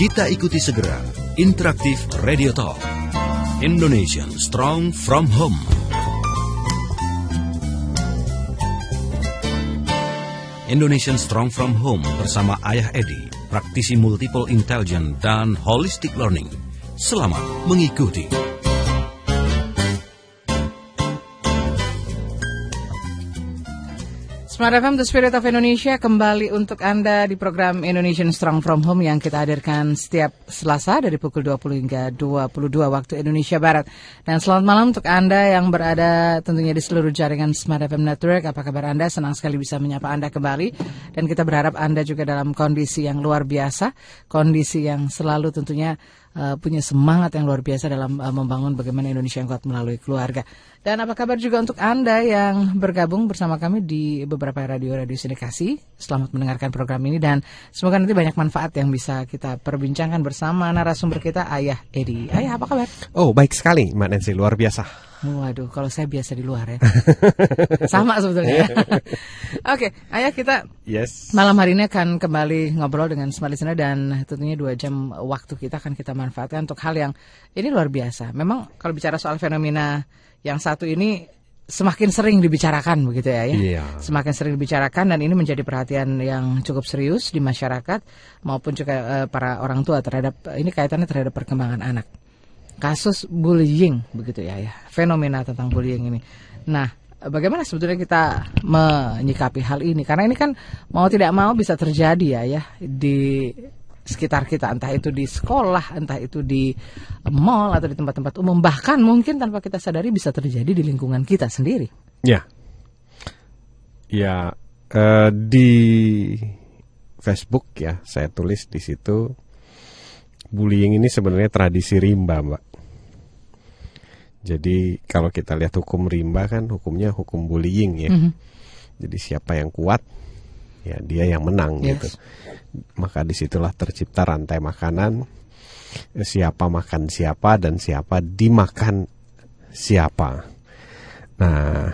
Kita ikuti segera Interaktif Radio Talk Indonesian Strong From Home. Indonesian Strong From Home bersama Ayah Edi, praktisi multiple intelligence dan holistic learning. Selamat mengikuti. Smart FM, The Spirit of Indonesia, kembali untuk Anda di program Indonesian Strong From Home yang kita hadirkan setiap Selasa dari pukul 20 hingga 22 waktu Indonesia Barat. Dan selamat malam untuk Anda yang berada tentunya di seluruh jaringan Smart FM Network. Apa kabar Anda? Senang sekali bisa menyapa Anda kembali. Dan kita berharap Anda juga dalam kondisi yang luar biasa, kondisi yang selalu tentunya punya semangat yang luar biasa dalam membangun bagaimana Indonesia yang kuat melalui keluarga. Dan apa kabar juga untuk Anda yang bergabung bersama kami di beberapa radio-radio sindikasi. Selamat mendengarkan program ini dan semoga nanti banyak manfaat yang bisa kita perbincangkan bersama narasumber kita, Ayah Edi. Ayah, apa kabar? Oh, baik sekali Mbak Nancy, luar biasa. Waduh, kalau saya biasa di luar ya. Sama sebetulnya. Oke, Ayah, kita malam hari ini akan kembali ngobrol dengan Smart Listener dan tentunya 2 jam waktu kita akan kita manfaatkan untuk hal yang ini luar biasa. Memang kalau bicara soal fenomena yang satu ini semakin sering dibicarakan begitu ya. Semakin sering dibicarakan dan ini menjadi perhatian yang cukup serius di masyarakat maupun juga para orang tua terhadap ini kaitannya terhadap perkembangan anak. Kasus bullying begitu ya, fenomena tentang bullying ini. Nah, bagaimana sebetulnya kita menyikapi hal ini? Karena ini kan mau tidak mau bisa terjadi ya di sekitar kita, entah itu di sekolah, entah itu di mall atau di tempat-tempat umum, bahkan mungkin tanpa kita sadari bisa terjadi di lingkungan kita sendiri. Di Facebook ya saya tulis di situ, bullying ini sebenarnya tradisi rimba, Mbak. Jadi kalau kita lihat hukum rimba kan hukumnya hukum bullying ya. Jadi siapa yang kuat ya dia yang menang gitu. Maka disitulah tercipta rantai makanan, siapa makan siapa dan siapa dimakan siapa. Nah,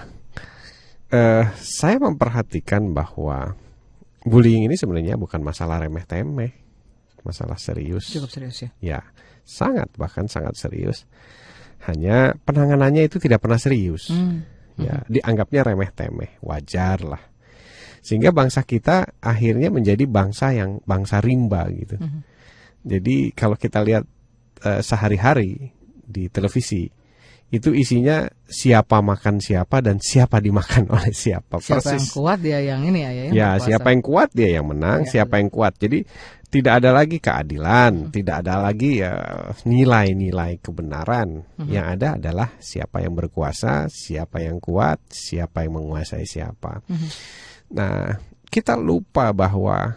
saya memperhatikan bahwa bullying ini sebenarnya bukan masalah remeh-temeh, masalah serius. Cukup serius ya? Ya, bahkan sangat serius. Hanya penanganannya itu tidak pernah serius. Ya, dianggapnya remeh-temeh, wajar lah. Sehingga bangsa kita akhirnya menjadi bangsa rimba gitu. Jadi kalau kita lihat sehari-hari di televisi, itu isinya siapa makan siapa dan siapa dimakan oleh siapa. Siapa yang kuat dia yang ini ya siapa yang kuat dia yang menang, siapa yang kuat. Jadi tidak ada lagi keadilan, tidak ada lagi nilai-nilai kebenaran. Yang ada adalah siapa yang berkuasa, siapa yang kuat, siapa yang menguasai siapa. Nah, kita lupa bahwa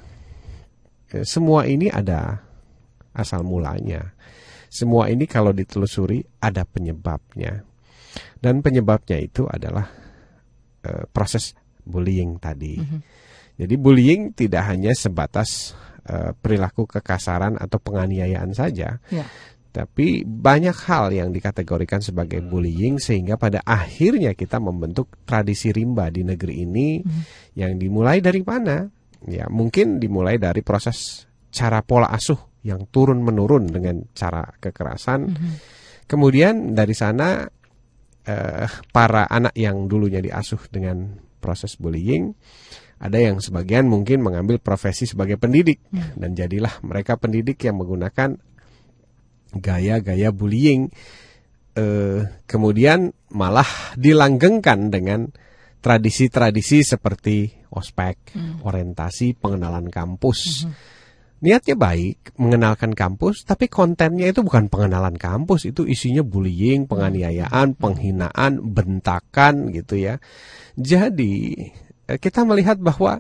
semua ini ada asal mulanya. Semua ini kalau ditelusuri ada penyebabnya. Dan penyebabnya itu adalah proses bullying tadi. Jadi bullying tidak hanya sebatas perilaku kekasaran atau penganiayaan saja. Tapi banyak hal yang dikategorikan sebagai bullying sehingga pada akhirnya kita membentuk tradisi rimba di negeri ini yang dimulai dari mana? Ya, mungkin dimulai dari proses cara pola asuh yang turun-menurun dengan cara kekerasan. Kemudian dari sana para anak yang dulunya diasuh dengan proses bullying, ada yang sebagian mungkin mengambil profesi sebagai pendidik dan jadilah mereka pendidik yang menggunakan gaya-gaya bullying, kemudian malah dilanggengkan dengan tradisi-tradisi seperti ospek, orientasi, pengenalan kampus. Niatnya baik, mengenalkan kampus, tapi kontennya itu bukan pengenalan kampus, itu isinya bullying, penganiayaan, penghinaan, bentakan gitu ya. Jadi kita melihat bahwa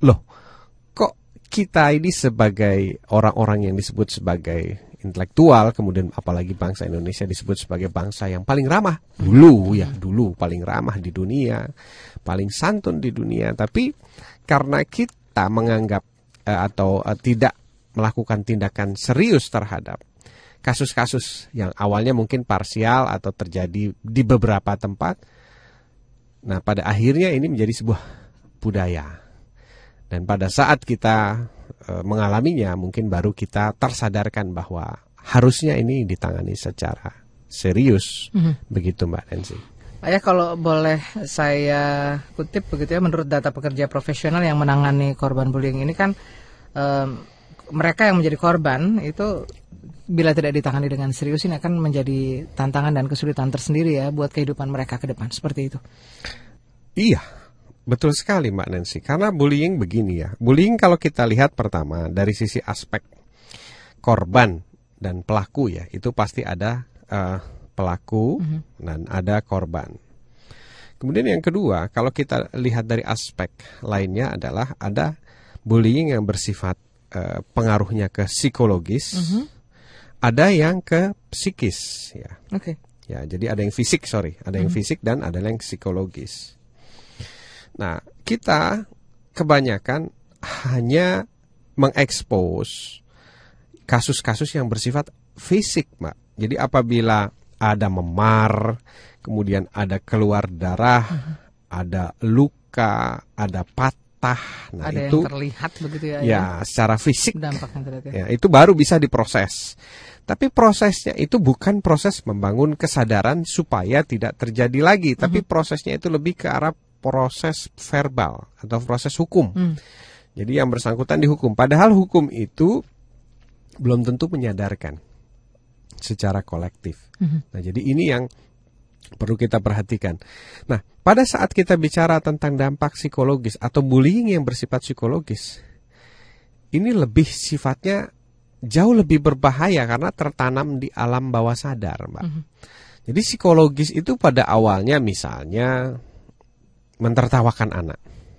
kok kita ini sebagai orang-orang yang disebut sebagai intelektual, kemudian apalagi bangsa Indonesia disebut sebagai bangsa yang paling ramah dulu paling ramah di dunia, paling santun di dunia, tapi karena kita menganggap atau tidak melakukan tindakan serius terhadap kasus-kasus yang awalnya mungkin parsial atau terjadi di beberapa tempat, nah pada akhirnya ini menjadi sebuah budaya. Dan pada saat kita mengalaminya, mungkin baru kita tersadarkan bahwa harusnya ini ditangani secara serius. Begitu Mbak Nancy. Ayah, kalau boleh saya kutip begitu ya, menurut data pekerja profesional yang menangani korban bullying ini kan mereka yang menjadi korban itu bila tidak ditangani dengan serius ini akan menjadi tantangan dan kesulitan tersendiri ya buat kehidupan mereka ke depan, seperti itu. Iya, betul sekali Mbak Nancy. Karena bullying begini ya. Bullying kalau kita lihat pertama dari sisi aspek korban dan pelaku ya, itu pasti ada pelaku dan ada korban. Kemudian yang kedua, kalau kita lihat dari aspek lainnya adalah ada bullying yang bersifat pengaruhnya ke psikologis, ada yang ke psikis ya. Oke. Ya, jadi ada yang fisik, ada yang fisik dan ada yang psikologis. Nah, kita kebanyakan hanya mengekspos kasus-kasus yang bersifat fisik, Mbak. Jadi apabila ada memar, kemudian ada keluar darah, ada luka, ada patah, nah ada itu yang terlihat begitu ya. Ya, secara fisik dampaknya terlihat ya. Ya, itu baru bisa diproses. Tapi prosesnya itu bukan proses membangun kesadaran supaya tidak terjadi lagi, tapi prosesnya itu lebih ke arah proses verbal atau proses hukum. Jadi yang bersangkutan dihukum. Padahal hukum itu belum tentu menyadarkan secara kolektif. Nah, jadi ini yang perlu kita perhatikan. Nah, pada saat kita bicara tentang dampak psikologis atau bullying yang bersifat psikologis, ini lebih sifatnya jauh lebih berbahaya karena tertanam di alam bawah sadar, Mbak. Jadi psikologis itu pada awalnya misalnya mentertawakan anak.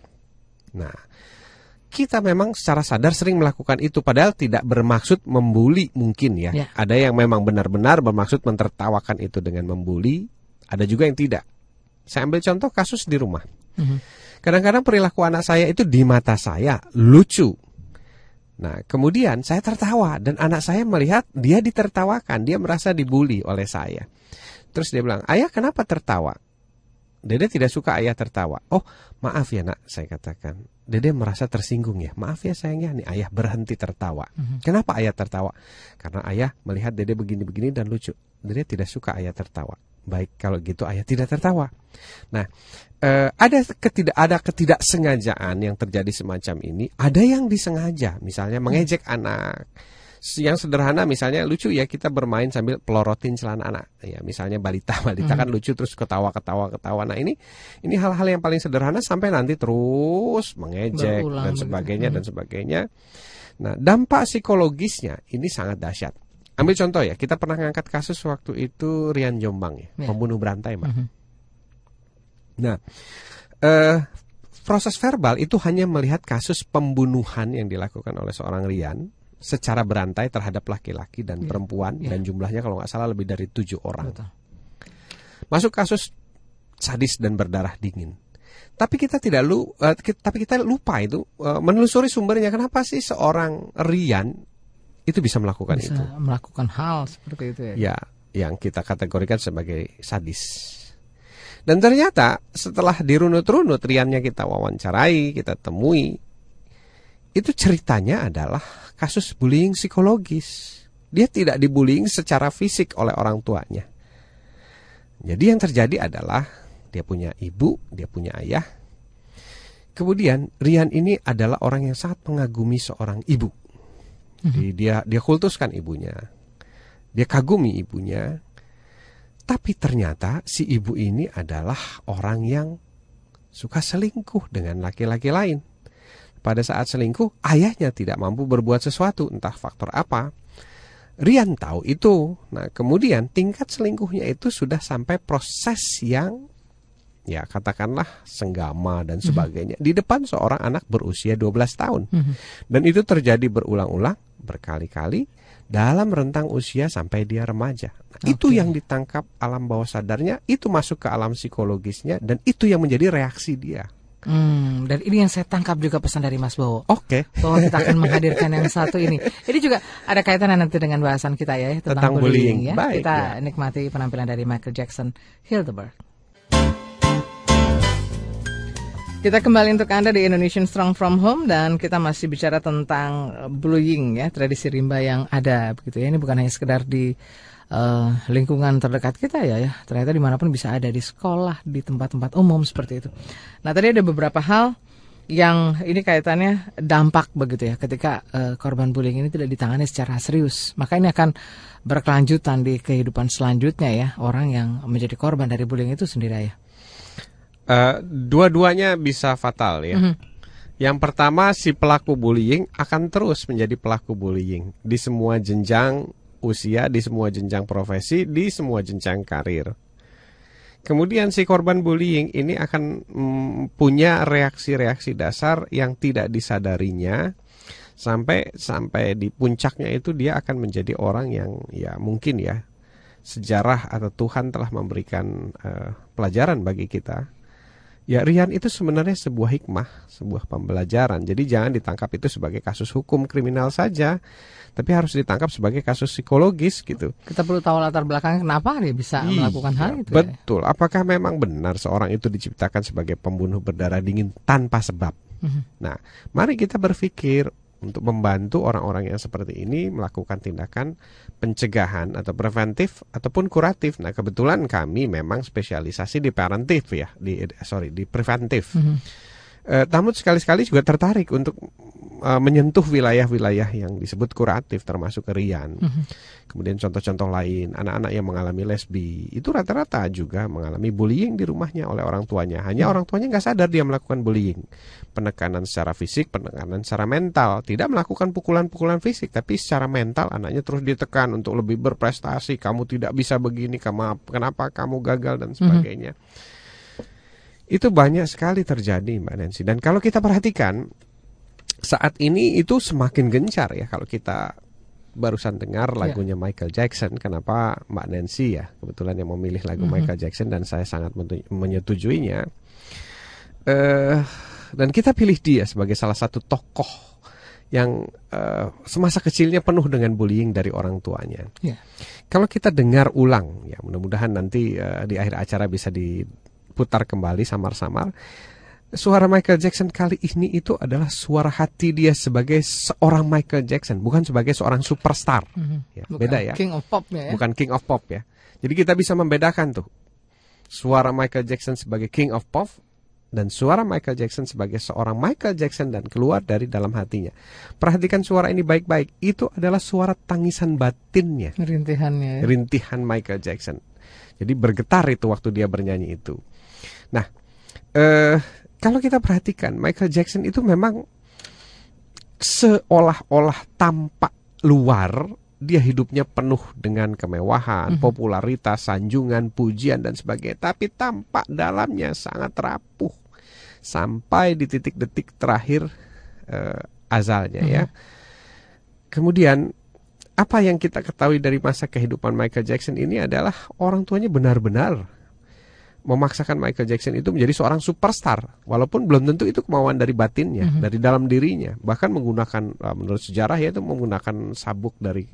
Nah, kita memang secara sadar sering melakukan itu padahal tidak bermaksud membuli mungkin ya. Ada yang memang benar-benar bermaksud mentertawakan itu dengan membuli, ada juga yang tidak. Saya ambil contoh kasus di rumah. Kadang-kadang perilaku anak saya itu di mata saya lucu. Nah, kemudian saya tertawa dan anak saya melihat dia ditertawakan, dia merasa dibully oleh saya. Terus dia bilang, "Ayah, kenapa tertawa?" Dede tidak suka ayah tertawa. "Oh, maaf ya nak," saya katakan. "Dede merasa tersinggung ya. Maaf ya sayangnya, nih ayah berhenti tertawa." "Kenapa ayah tertawa?" "Karena ayah melihat Dede begini-begini dan lucu. Dede tidak suka ayah tertawa." "Baik, kalau gitu ayah tidak tertawa." Nah, ada ketidaksengajaan yang terjadi semacam ini. Ada yang disengaja, misalnya mengejek anak. Yang sederhana misalnya lucu ya, kita bermain sambil pelorotin celana anak. Ya, misalnya balita kan lucu terus ketawa. Nah, ini hal-hal yang paling sederhana sampai nanti terus mengejek dan sebagainya. Nah, dampak psikologisnya ini sangat dahsyat. Ambil contoh ya, kita pernah ngangkat kasus waktu itu Rian Jombang ya, pembunuh berantai, Mbak. Nah, proses verbal itu hanya melihat kasus pembunuhan yang dilakukan oleh seorang Rian secara berantai terhadap laki-laki dan perempuan, dan jumlahnya kalau nggak salah lebih dari 7 orang. Betul. Masuk kasus sadis dan berdarah dingin. Tapi kita lupa itu menelusuri sumbernya. Kenapa sih seorang Rian itu bisa melakukan itu? Melakukan hal seperti itu ya. Ya, yang kita kategorikan sebagai sadis. Dan ternyata setelah dirunut-runut, Riannya kita wawancarai, kita temui, itu ceritanya adalah kasus bullying psikologis. Dia tidak dibullying secara fisik oleh orang tuanya. Jadi yang terjadi adalah dia punya ibu, dia punya ayah. Kemudian Rian ini adalah orang yang sangat mengagumi seorang ibu. Jadi dia kultuskan ibunya. Dia kagumi ibunya. Tapi ternyata si ibu ini adalah orang yang suka selingkuh dengan laki-laki lain. Pada saat selingkuh, ayahnya tidak mampu berbuat sesuatu, entah faktor apa. Rian tahu itu. Nah, kemudian tingkat selingkuhnya itu sudah sampai proses yang, ya katakanlah senggama dan sebagainya. Di depan seorang anak berusia 12 tahun. Dan itu terjadi berulang-ulang, berkali-kali, dalam rentang usia sampai dia remaja. Nah, itu yang ditangkap alam bawah sadarnya, itu masuk ke alam psikologisnya, dan itu yang menjadi reaksi dia. Dan ini yang saya tangkap juga pesan dari Mas Bowo. Bahwa kita akan menghadirkan yang satu ini. Ini juga ada kaitannya nanti dengan bahasan kita ya tentang bullying ya. Baik, kita nikmati penampilan dari Michael Jackson, Heal the Bird. Kita kembali untuk Anda di Indonesian Strong from Home dan kita masih bicara tentang bullying ya, tradisi rimba yang ada begitu ya. Ini bukan hanya sekedar di lingkungan terdekat kita ya. Ternyata dimanapun bisa ada, di sekolah, di tempat-tempat umum seperti itu. Nah, tadi ada beberapa hal yang ini kaitannya dampak begitu ya, ketika korban bullying ini tidak ditangani secara serius. Maka ini akan berkelanjutan di kehidupan selanjutnya ya, orang yang menjadi korban dari bullying itu sendiri ya. Dua-duanya bisa fatal ya. Yang pertama, si pelaku bullying akan terus menjadi pelaku bullying di semua jenjang usia, di semua jenjang profesi, di semua jenjang karir. Kemudian si korban bullying ini akan punya reaksi-reaksi dasar yang tidak disadarinya sampai di puncaknya itu dia akan menjadi orang yang ya mungkin ya sejarah atau Tuhan telah memberikan pelajaran bagi kita. Ya, rian itu sebenarnya sebuah hikmah, sebuah pembelajaran. Jadi jangan ditangkap itu sebagai kasus hukum kriminal saja, tapi harus ditangkap sebagai kasus psikologis gitu. Kita perlu tahu latar belakang kenapa dia bisa melakukan hal itu. Betul. Ya? Apakah memang benar seorang itu diciptakan sebagai pembunuh berdarah dingin tanpa sebab? Nah, mari kita berpikir untuk membantu orang-orang yang seperti ini melakukan tindakan pencegahan atau preventif ataupun kuratif. Nah, kebetulan kami memang spesialisasi di preventif ya, di preventif. Namun sekali-sekali juga tertarik untuk menyentuh wilayah-wilayah yang disebut kuratif, termasuk rian. Kemudian contoh-contoh lain, anak-anak yang mengalami lesbi itu rata-rata juga mengalami bullying di rumahnya oleh orang tuanya. Hanya orang tuanya nggak sadar dia melakukan bullying, penekanan secara fisik, penekanan secara mental. Tidak melakukan pukulan-pukulan fisik, tapi secara mental anaknya terus ditekan untuk lebih berprestasi. Kamu tidak bisa begini, kenapa kamu gagal dan sebagainya. Itu banyak sekali terjadi, Mbak Nancy. Dan kalau kita perhatikan saat ini itu semakin gencar ya. Kalau kita barusan dengar lagunya Michael Jackson, kenapa Mbak Nancy ya kebetulan yang memilih lagu Michael Jackson dan saya sangat menyetujuinya. Dan kita pilih dia sebagai salah satu tokoh yang semasa kecilnya penuh dengan bullying dari orang tuanya. Kalau kita dengar ulang, ya mudah-mudahan nanti di akhir acara bisa diputar kembali samar-samar. Suara Michael Jackson kali ini itu adalah suara hati dia sebagai seorang Michael Jackson, bukan sebagai seorang superstar. Ya, beda ya. King of Pop ya. Bukan King of Pop ya. Jadi kita bisa membedakan tuh suara Michael Jackson sebagai King of Pop dan suara Michael Jackson sebagai seorang Michael Jackson dan keluar dari dalam hatinya. Perhatikan suara ini baik-baik. Itu adalah suara tangisan batinnya. Rintihannya. Rintihan Michael Jackson. Jadi bergetar itu waktu dia bernyanyi itu. Nah, kalau kita perhatikan Michael Jackson itu memang seolah-olah tampak luar dia hidupnya penuh dengan kemewahan, popularitas, sanjungan, pujian dan sebagainya, tapi tampak dalamnya sangat rapuh sampai di titik-detik terakhir azalnya ya. Kemudian apa yang kita ketahui dari masa kehidupan Michael Jackson ini adalah orang tuanya benar-benar memaksakan Michael Jackson itu menjadi seorang superstar, walaupun belum tentu itu kemauan dari batinnya, dari dalam dirinya. Bahkan menggunakan, menurut sejarah ya, itu menggunakan sabuk dari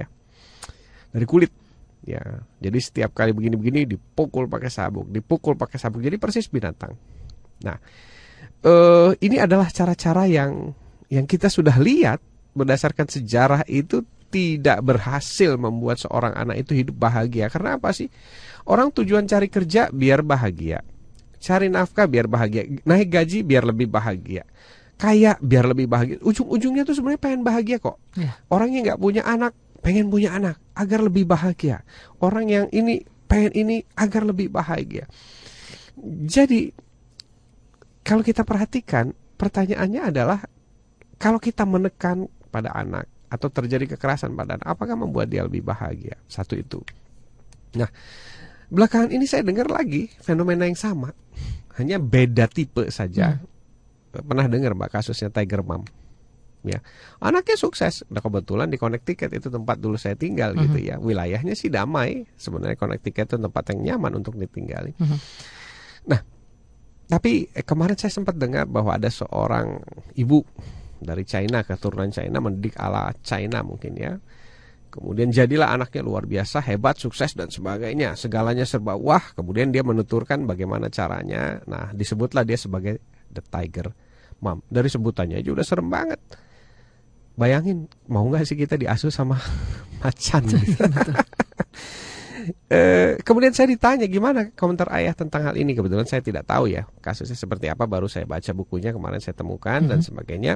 dari kulit. Ya, jadi setiap kali begini-begini dipukul pakai sabuk, jadi persis binatang. Nah, ini adalah cara-cara yang kita sudah lihat berdasarkan sejarah itu tidak berhasil membuat seorang anak itu hidup bahagia. Karena apa sih? Orang tujuan cari kerja biar bahagia, cari nafkah biar bahagia, naik gaji biar lebih bahagia, kaya biar lebih bahagia. Ujung-ujungnya tuh sebenarnya pengen bahagia kok. Orang yang nggak punya anak pengen punya anak agar lebih bahagia. Orang yang ini pengen ini agar lebih bahagia. Jadi kalau kita perhatikan, pertanyaannya adalah kalau kita menekan pada anak atau terjadi kekerasan pada anak, apakah membuat dia lebih bahagia? Satu itu. Nah, belakangan ini saya dengar lagi fenomena yang sama, hanya beda tipe saja. Pernah dengar Mbak kasusnya Tiger Mom? Ya, anaknya sukses. Nah, kebetulan di Connecticut itu tempat dulu saya tinggal gitu ya. Wilayahnya sih damai. Sebenarnya Connecticut itu tempat yang nyaman untuk ditinggali. Nah, tapi kemarin saya sempat dengar bahwa ada seorang ibu dari China, keturunan China, mendidik ala China mungkin ya. Kemudian jadilah anaknya luar biasa, hebat, sukses dan sebagainya. Segalanya serba wah. Kemudian dia menuturkan bagaimana caranya. Nah, disebutlah dia sebagai The Tiger Mom. Dari sebutannya aja udah serem banget. Bayangin, mau nggak sih kita diasuh sama macan gitu. Kemudian saya ditanya gimana komentar ayah tentang hal ini. Kebetulan saya tidak tahu ya kasusnya seperti apa, baru saya baca bukunya kemarin, saya temukan dan sebagainya.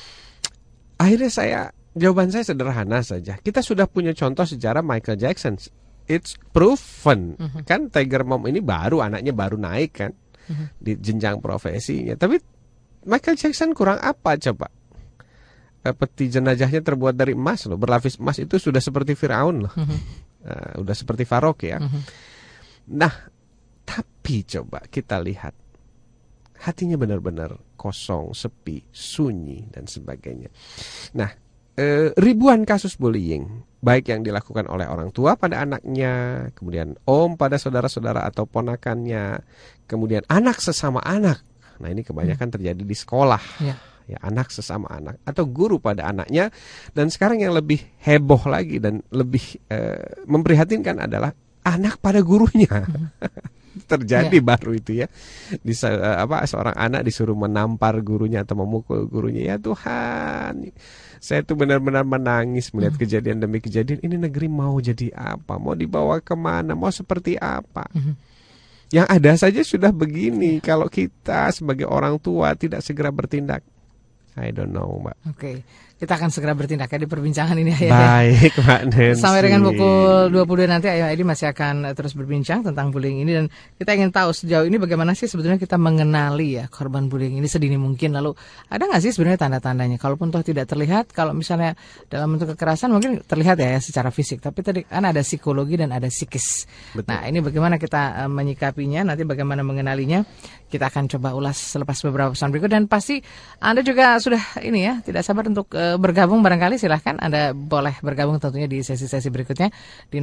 Akhirnya jawaban saya sederhana saja. Kita sudah punya contoh sejarah Michael Jackson. It's proven. Kan Tiger Mom ini anaknya baru naik kan di jenjang profesinya. Tapi Michael Jackson kurang apa coba? Peti jenazahnya terbuat dari emas loh, berlapis emas, itu sudah seperti Firaun loh. Udah seperti Farok ya. Nah, tapi coba kita lihat, hatinya benar-benar kosong, sepi, sunyi dan sebagainya. Nah, ribuan kasus bullying, baik yang dilakukan oleh orang tua pada anaknya, kemudian om pada saudara-saudara atau ponakannya, kemudian anak sesama anak. Nah, ini kebanyakan terjadi di sekolah. Ya, anak sesama anak atau guru pada anaknya. Dan sekarang yang lebih heboh lagi dan lebih memprihatinkan adalah anak pada gurunya. Terjadi baru itu ya. Seorang anak disuruh menampar gurunya atau memukul gurunya. Ya Tuhan, saya tuh benar-benar menangis melihat kejadian demi kejadian. Ini negeri mau jadi apa? Mau dibawa kemana? Mau seperti apa? Yang ada saja sudah begini. Kalau kita sebagai orang tua tidak segera bertindak, I don't know, Mbak. Oke, kita akan segera bertindak ya di perbincangan ini ya. Baik, Mbak Nancy. Sampai dengan pukul 22 nanti Ayah Edi masih akan terus berbincang tentang bullying ini. Dan kita ingin tahu sejauh ini bagaimana sih sebetulnya kita mengenali ya korban bullying ini sedini mungkin. Lalu ada nggak sih sebenarnya tanda-tandanya? Kalaupun toh tidak terlihat, kalau misalnya dalam bentuk kekerasan mungkin terlihat ya secara fisik. Tapi tadi kan ada psikologi dan ada psikis. Betul. Nah, ini bagaimana kita menyikapinya, nanti bagaimana mengenalinya. Kita akan coba ulas selepas beberapa pesan berikut. Dan pasti Anda juga sudah ini ya, tidak sabar untuk bergabung barangkali. Silahkan Anda boleh bergabung tentunya di sesi-sesi berikutnya di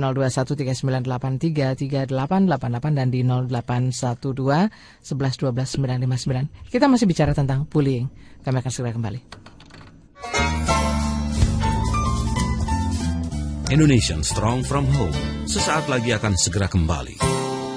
0213933888 dan di 0812111299. Kita masih bicara tentang bullying. Kami akan segera kembali. Indonesian Strong from Home sesaat lagi akan segera kembali.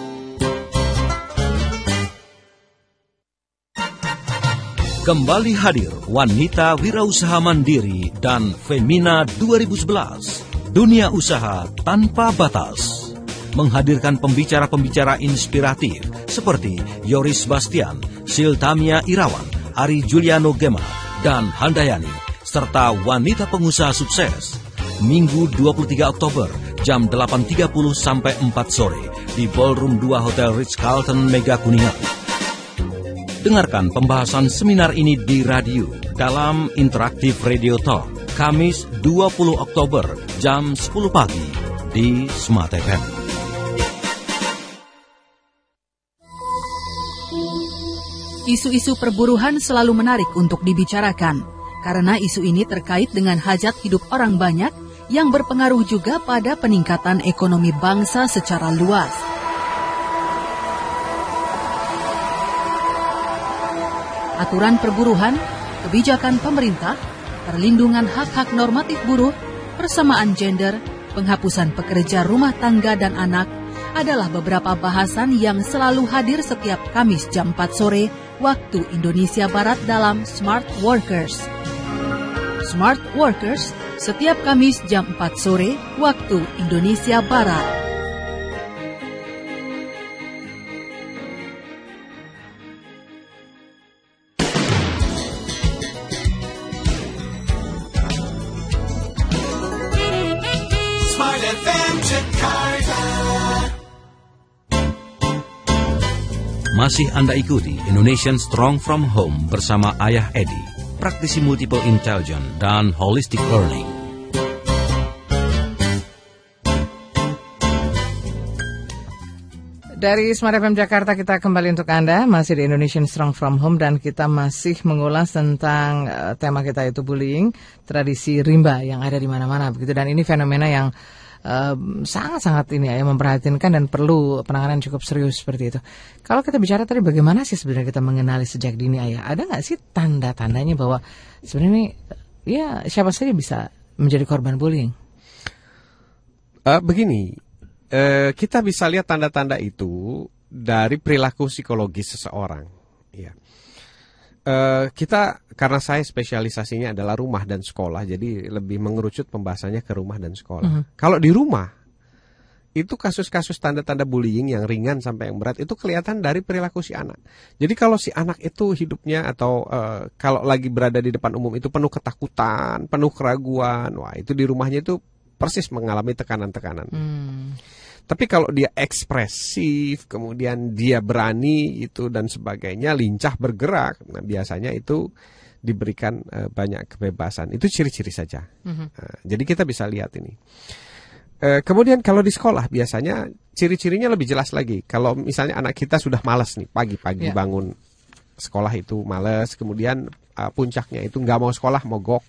Kembali hadir Wanita Wirausaha Mandiri dan Femina 2011. Dunia usaha tanpa batas. Menghadirkan pembicara-pembicara inspiratif seperti Yoris Bastian, Siltamia Irawan, Ari Juliano Gema, dan Handayani, serta wanita pengusaha sukses. Minggu 23 Oktober jam 8.30 sampai 4 sore di Ballroom 2 Hotel Ritz-Carlton Mega Kuningan. Dengarkan pembahasan seminar ini di radio dalam Interaktif Radio Talk, Kamis 20 Oktober jam 10 pagi di Smart FM. Isu-isu perburuhan selalu menarik untuk dibicarakan, karena isu ini terkait dengan hajat hidup orang banyak yang berpengaruh juga pada peningkatan ekonomi bangsa secara luas. Aturan perburuhan, kebijakan pemerintah, perlindungan hak-hak normatif buruh, persamaan gender, penghapusan pekerja rumah tangga dan anak adalah beberapa bahasan yang selalu hadir setiap Kamis jam 4 sore waktu Indonesia Barat dalam Smart Workers. Smart Workers setiap Kamis jam 4 sore waktu Indonesia Barat. Masih Anda ikuti Indonesian Strong from Home bersama Ayah Edi, praktisi multiple intelligence dan holistic learning. Dari Smart FM Jakarta kita kembali untuk Anda, masih di Indonesian Strong from Home, dan kita masih mengulas tentang tema kita itu bullying, tradisi rimba yang ada di mana-mana begitu, dan ini fenomena yang sangat-sangat ini ya memperhatinkan dan perlu penanganan cukup serius seperti itu. Kalau kita bicara tadi bagaimana sih sebenarnya kita mengenali sejak dini Ayah, ada nggak sih tanda-tandanya bahwa sebenarnya ini ya siapa saja bisa menjadi korban bullying? Begini, kita bisa lihat tanda-tanda itu dari perilaku psikologis seseorang. Ya. Kita karena saya spesialisasinya adalah rumah dan sekolah, jadi lebih mengerucut pembahasannya ke rumah dan sekolah. Kalau di rumah itu kasus-kasus tanda-tanda bullying yang ringan sampai yang berat itu kelihatan dari perilaku si anak. Jadi kalau si anak itu hidupnya atau kalau lagi berada di depan umum itu penuh ketakutan, penuh keraguan, wah itu di rumahnya itu persis mengalami tekanan-tekanan. Tapi kalau dia ekspresif, kemudian dia berani itu dan sebagainya, lincah bergerak, nah biasanya itu diberikan banyak kebebasan. Itu ciri-ciri saja. Jadi kita bisa lihat ini. Kemudian kalau di sekolah biasanya ciri-cirinya lebih jelas lagi. Kalau misalnya anak kita sudah malas nih, pagi-pagi bangun sekolah itu malas, kemudian puncaknya itu nggak mau sekolah, mogok,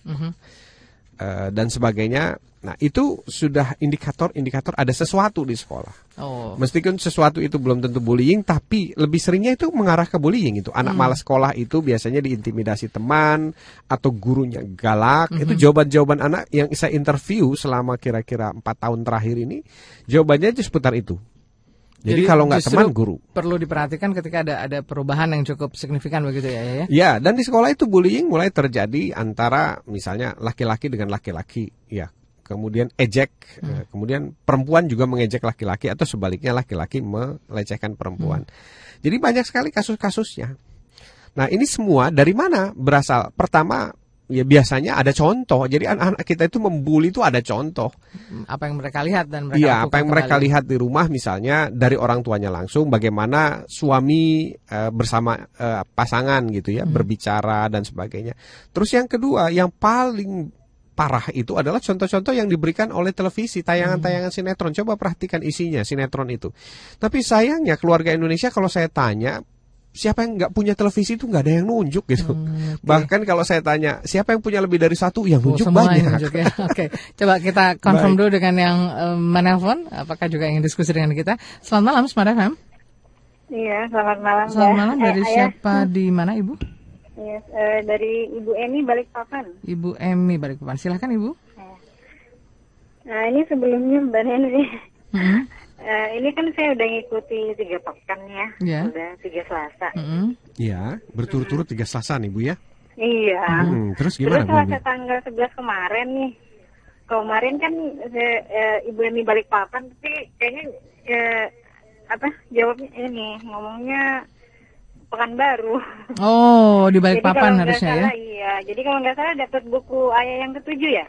dan sebagainya. Nah itu sudah indikator ada sesuatu di sekolah. Meskipun sesuatu itu belum tentu bullying, tapi lebih seringnya itu mengarah ke bullying itu. Anak malas sekolah itu biasanya diintimidasi teman atau gurunya galak. Itu jawaban-jawaban anak yang saya interview selama kira-kira 4 tahun terakhir ini, jawabannya itu seputar itu. Jadi kalau nggak teman, guru. Perlu diperhatikan ketika ada perubahan yang cukup signifikan begitu ya. Ya, dan di sekolah itu bullying mulai terjadi antara misalnya laki-laki dengan laki-laki, ya. Kemudian ejek, kemudian perempuan juga mengejek laki-laki atau sebaliknya laki-laki melecehkan perempuan. Jadi banyak sekali kasus-kasusnya. Nah ini semua dari mana berasal? Pertama, ya biasanya ada contoh. Jadi anak-anak kita itu membuli itu ada contoh. Apa yang mereka lihat dan mereka lakukan. Apa yang mereka lihat di rumah misalnya dari orang tuanya langsung, bagaimana suami bersama pasangan gitu ya, berbicara dan sebagainya. Terus yang kedua, yang paling parah itu adalah contoh-contoh yang diberikan oleh televisi, tayangan-tayangan sinetron. Coba perhatikan isinya sinetron itu. Tapi sayangnya keluarga Indonesia kalau saya tanya, siapa yang nggak punya televisi itu nggak ada yang nunjuk gitu. Bahkan kalau saya tanya, siapa yang punya lebih dari satu, yang nunjuk banyak. Nunjuk, ya. Coba kita confirm dulu dengan yang menelpon, apakah juga ingin diskusi dengan kita. Selamat malam, Smart FM. Iya, selamat malam. Selamat malam, dari siapa, di mana Ibu? Yes, dari Ibu Emi Balikpapan. Ibu Emi Balikpapan, silahkan Ibu. Nah ini sebelumnya Mbak Henry. Ini kan saya udah ngikuti 3 pekan ya, udah 3 Selasa. Iya, berturut-turut 3 Selasa nih Bu ya. Iya. Terus gimana Bu? Selasa tanggal 11 kemarin nih. Kemarin kan Ibu Emi Balikpapan, tapi kayaknya jawabnya ini ngomongnya Pekanbaru. Oh, di Balikpapan harusnya salah, ya? Iya, jadi kalau nggak salah dapat buku ayah yang ke-7 ya?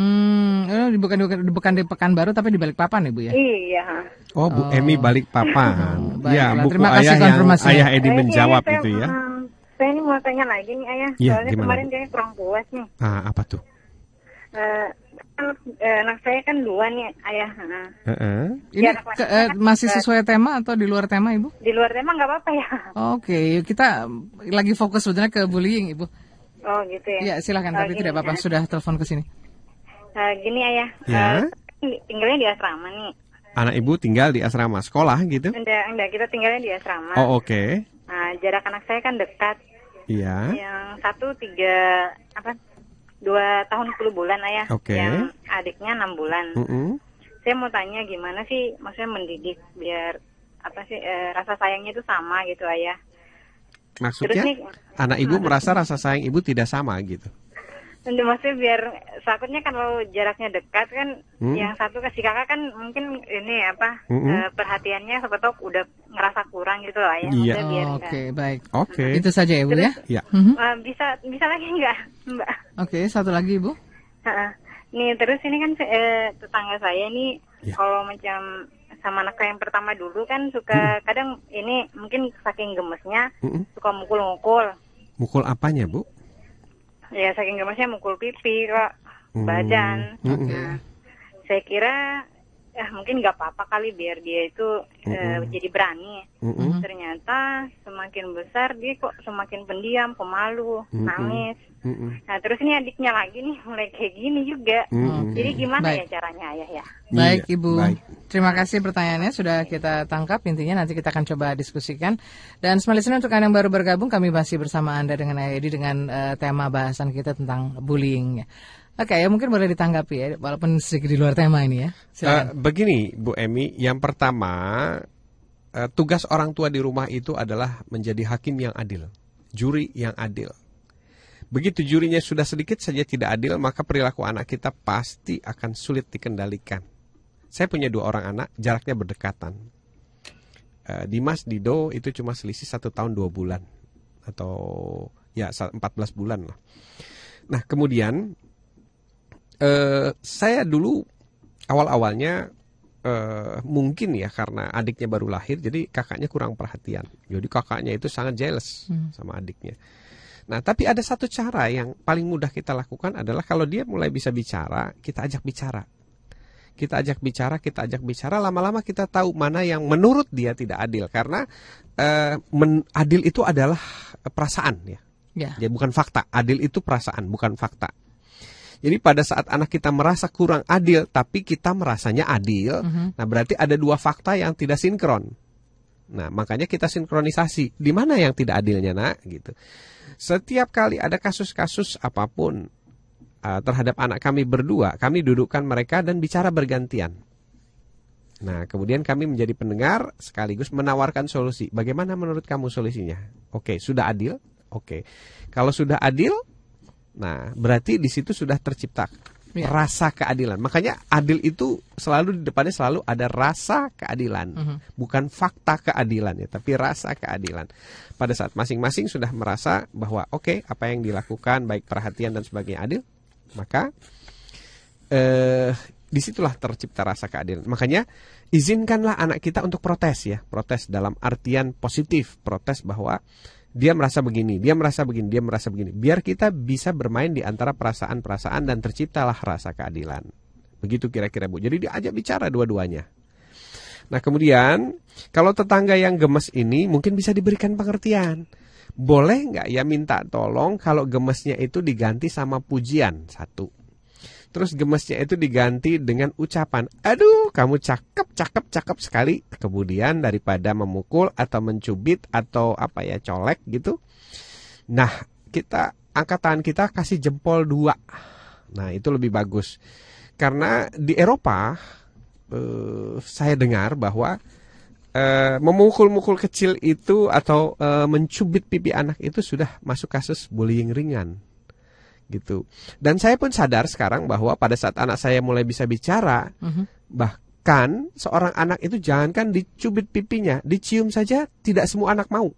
Bukan di Pekanbaru tapi di Balikpapan Ibu ya? Iya. Oh, Bu Emi Balikpapan. Ya, buku terima kasih ayah yang Ayah Edi menjawab saya, itu ya. Saya ini mau tanya lagi nih Ayah, soalnya kemarin kayaknya kurang puas nih. Apa tuh? Anak saya kan 2 nih Ayah. Ini masih sesuai tema atau di luar tema Ibu? Di luar tema nggak apa-apa ya. Oke, kita lagi fokus sebenarnya ke bullying Ibu. Oh gitu ya. Ya silakan, tapi tidak apa-apa, sudah telepon ke sini. Gini Ayah, tinggalnya di asrama nih. Anak Ibu tinggal di asrama sekolah gitu? Enggak, kita tinggalnya di asrama. Oh oke. Nah, jarak anak saya kan dekat. Iya. Yang satu 2 tahun 10 bulan Ayah. Yang adiknya 6 bulan. Saya mau tanya gimana sih maksudnya mendidik biar rasa sayangnya itu sama gitu Ayah. Maksudnya anak Ibu merasa rasa sayang Ibu tidak sama gitu? Maksudnya biar takutnya kan kalau jaraknya dekat kan, yang satu si kakak kan mungkin ini perhatiannya siapa tahu udah ngerasa kurang gitu lah ya. Iya. Baik. Itu saja ya Bu ya. Iya. Bisa lagi nggak Mbak? Oke, satu lagi Bu. Nih terus ini kan tetangga saya nih kalau macam sama anak saya yang pertama dulu kan suka kadang ini mungkin saking gemesnya suka mukul-mukul. Mukul apanya Bu? Ya saking gemesnya mukul pipi kok, badan. Nah, saya kira mungkin nggak apa-apa kali biar dia itu jadi berani. Ternyata semakin besar dia kok semakin pendiam, pemalu, nangis. Nah terus ini adiknya lagi nih mulai kayak gini juga. Jadi gimana ya caranya Ayah ya? Baik Ibu, terima kasih pertanyaannya sudah kita tangkap. Intinya nanti kita akan coba diskusikan. Dan Smart Listener, untuk Anda yang baru bergabung, kami masih bersama Anda dengan Ayah Edi dengan tema bahasan kita tentang bullying. Oke, ya mungkin boleh ditanggapi ya, walaupun sedikit di luar tema ini ya. Begini Bu Emi, yang pertama tugas orang tua di rumah itu adalah menjadi hakim yang adil. juri yang adil. Begitu jurinya sudah sedikit saja tidak adil, maka perilaku anak kita pasti akan sulit dikendalikan. Saya punya 2 orang anak, jaraknya berdekatan. Dimas, Dido itu cuma selisih 1 tahun 2 bulan. Atau ya 14 bulan lah. Nah kemudian saya dulu awal-awalnya mungkin ya karena adiknya baru lahir, jadi kakaknya kurang perhatian. Jadi kakaknya itu sangat jealous sama adiknya. Nah tapi ada satu cara yang paling mudah kita lakukan adalah kalau dia mulai bisa bicara, kita ajak bicara. Kita ajak bicara, lama-lama kita tahu mana yang menurut dia tidak adil. Karena adil itu adalah perasaan ya. Ya, bukan fakta. Adil itu perasaan, bukan fakta. Jadi pada saat anak kita merasa kurang adil, tapi kita merasanya adil, nah berarti ada 2 fakta yang tidak sinkron. Nah makanya kita sinkronisasi. Di mana yang tidak adilnya nak? Gitu. Setiap kali ada kasus-kasus apapun terhadap anak kami berdua, kami dudukkan mereka dan bicara bergantian. Nah, kemudian kami menjadi pendengar sekaligus menawarkan solusi. Bagaimana menurut kamu solusinya? Oke, sudah adil? Oke. Kalau sudah adil, nah berarti di situ sudah tercipta rasa keadilan. Makanya adil itu selalu di depannya selalu ada rasa keadilan. Bukan fakta keadilan ya, tapi rasa keadilan. Pada saat masing-masing sudah merasa bahwa oke, apa yang dilakukan baik perhatian dan sebagainya adil, maka disitulah tercipta rasa keadilan. Makanya izinkanlah anak kita untuk protes ya. Protes dalam artian positif. Protes bahwa dia merasa begini, dia merasa begini, dia merasa begini. Biar kita bisa bermain di antara perasaan-perasaan dan terciptalah rasa keadilan. Begitu kira-kira Bu. Jadi diajak bicara dua-duanya. Nah kemudian kalau tetangga yang gemes ini mungkin bisa diberikan pengertian. Boleh nggak ya minta tolong kalau gemesnya itu diganti sama pujian, 1. Terus gemesnya itu diganti dengan ucapan, aduh kamu cakep sekali. Kemudian daripada memukul atau mencubit atau colek gitu. Nah kita angkat tangan kita kasih jempol 2. Nah itu lebih bagus. Karena di Eropa saya dengar bahwa memukul-mukul kecil itu atau mencubit pipi anak itu sudah masuk kasus bullying ringan gitu. Dan saya pun sadar sekarang bahwa pada saat anak saya mulai bisa bicara, bahkan seorang anak itu jangankan dicubit pipinya, dicium saja tidak semua anak mau.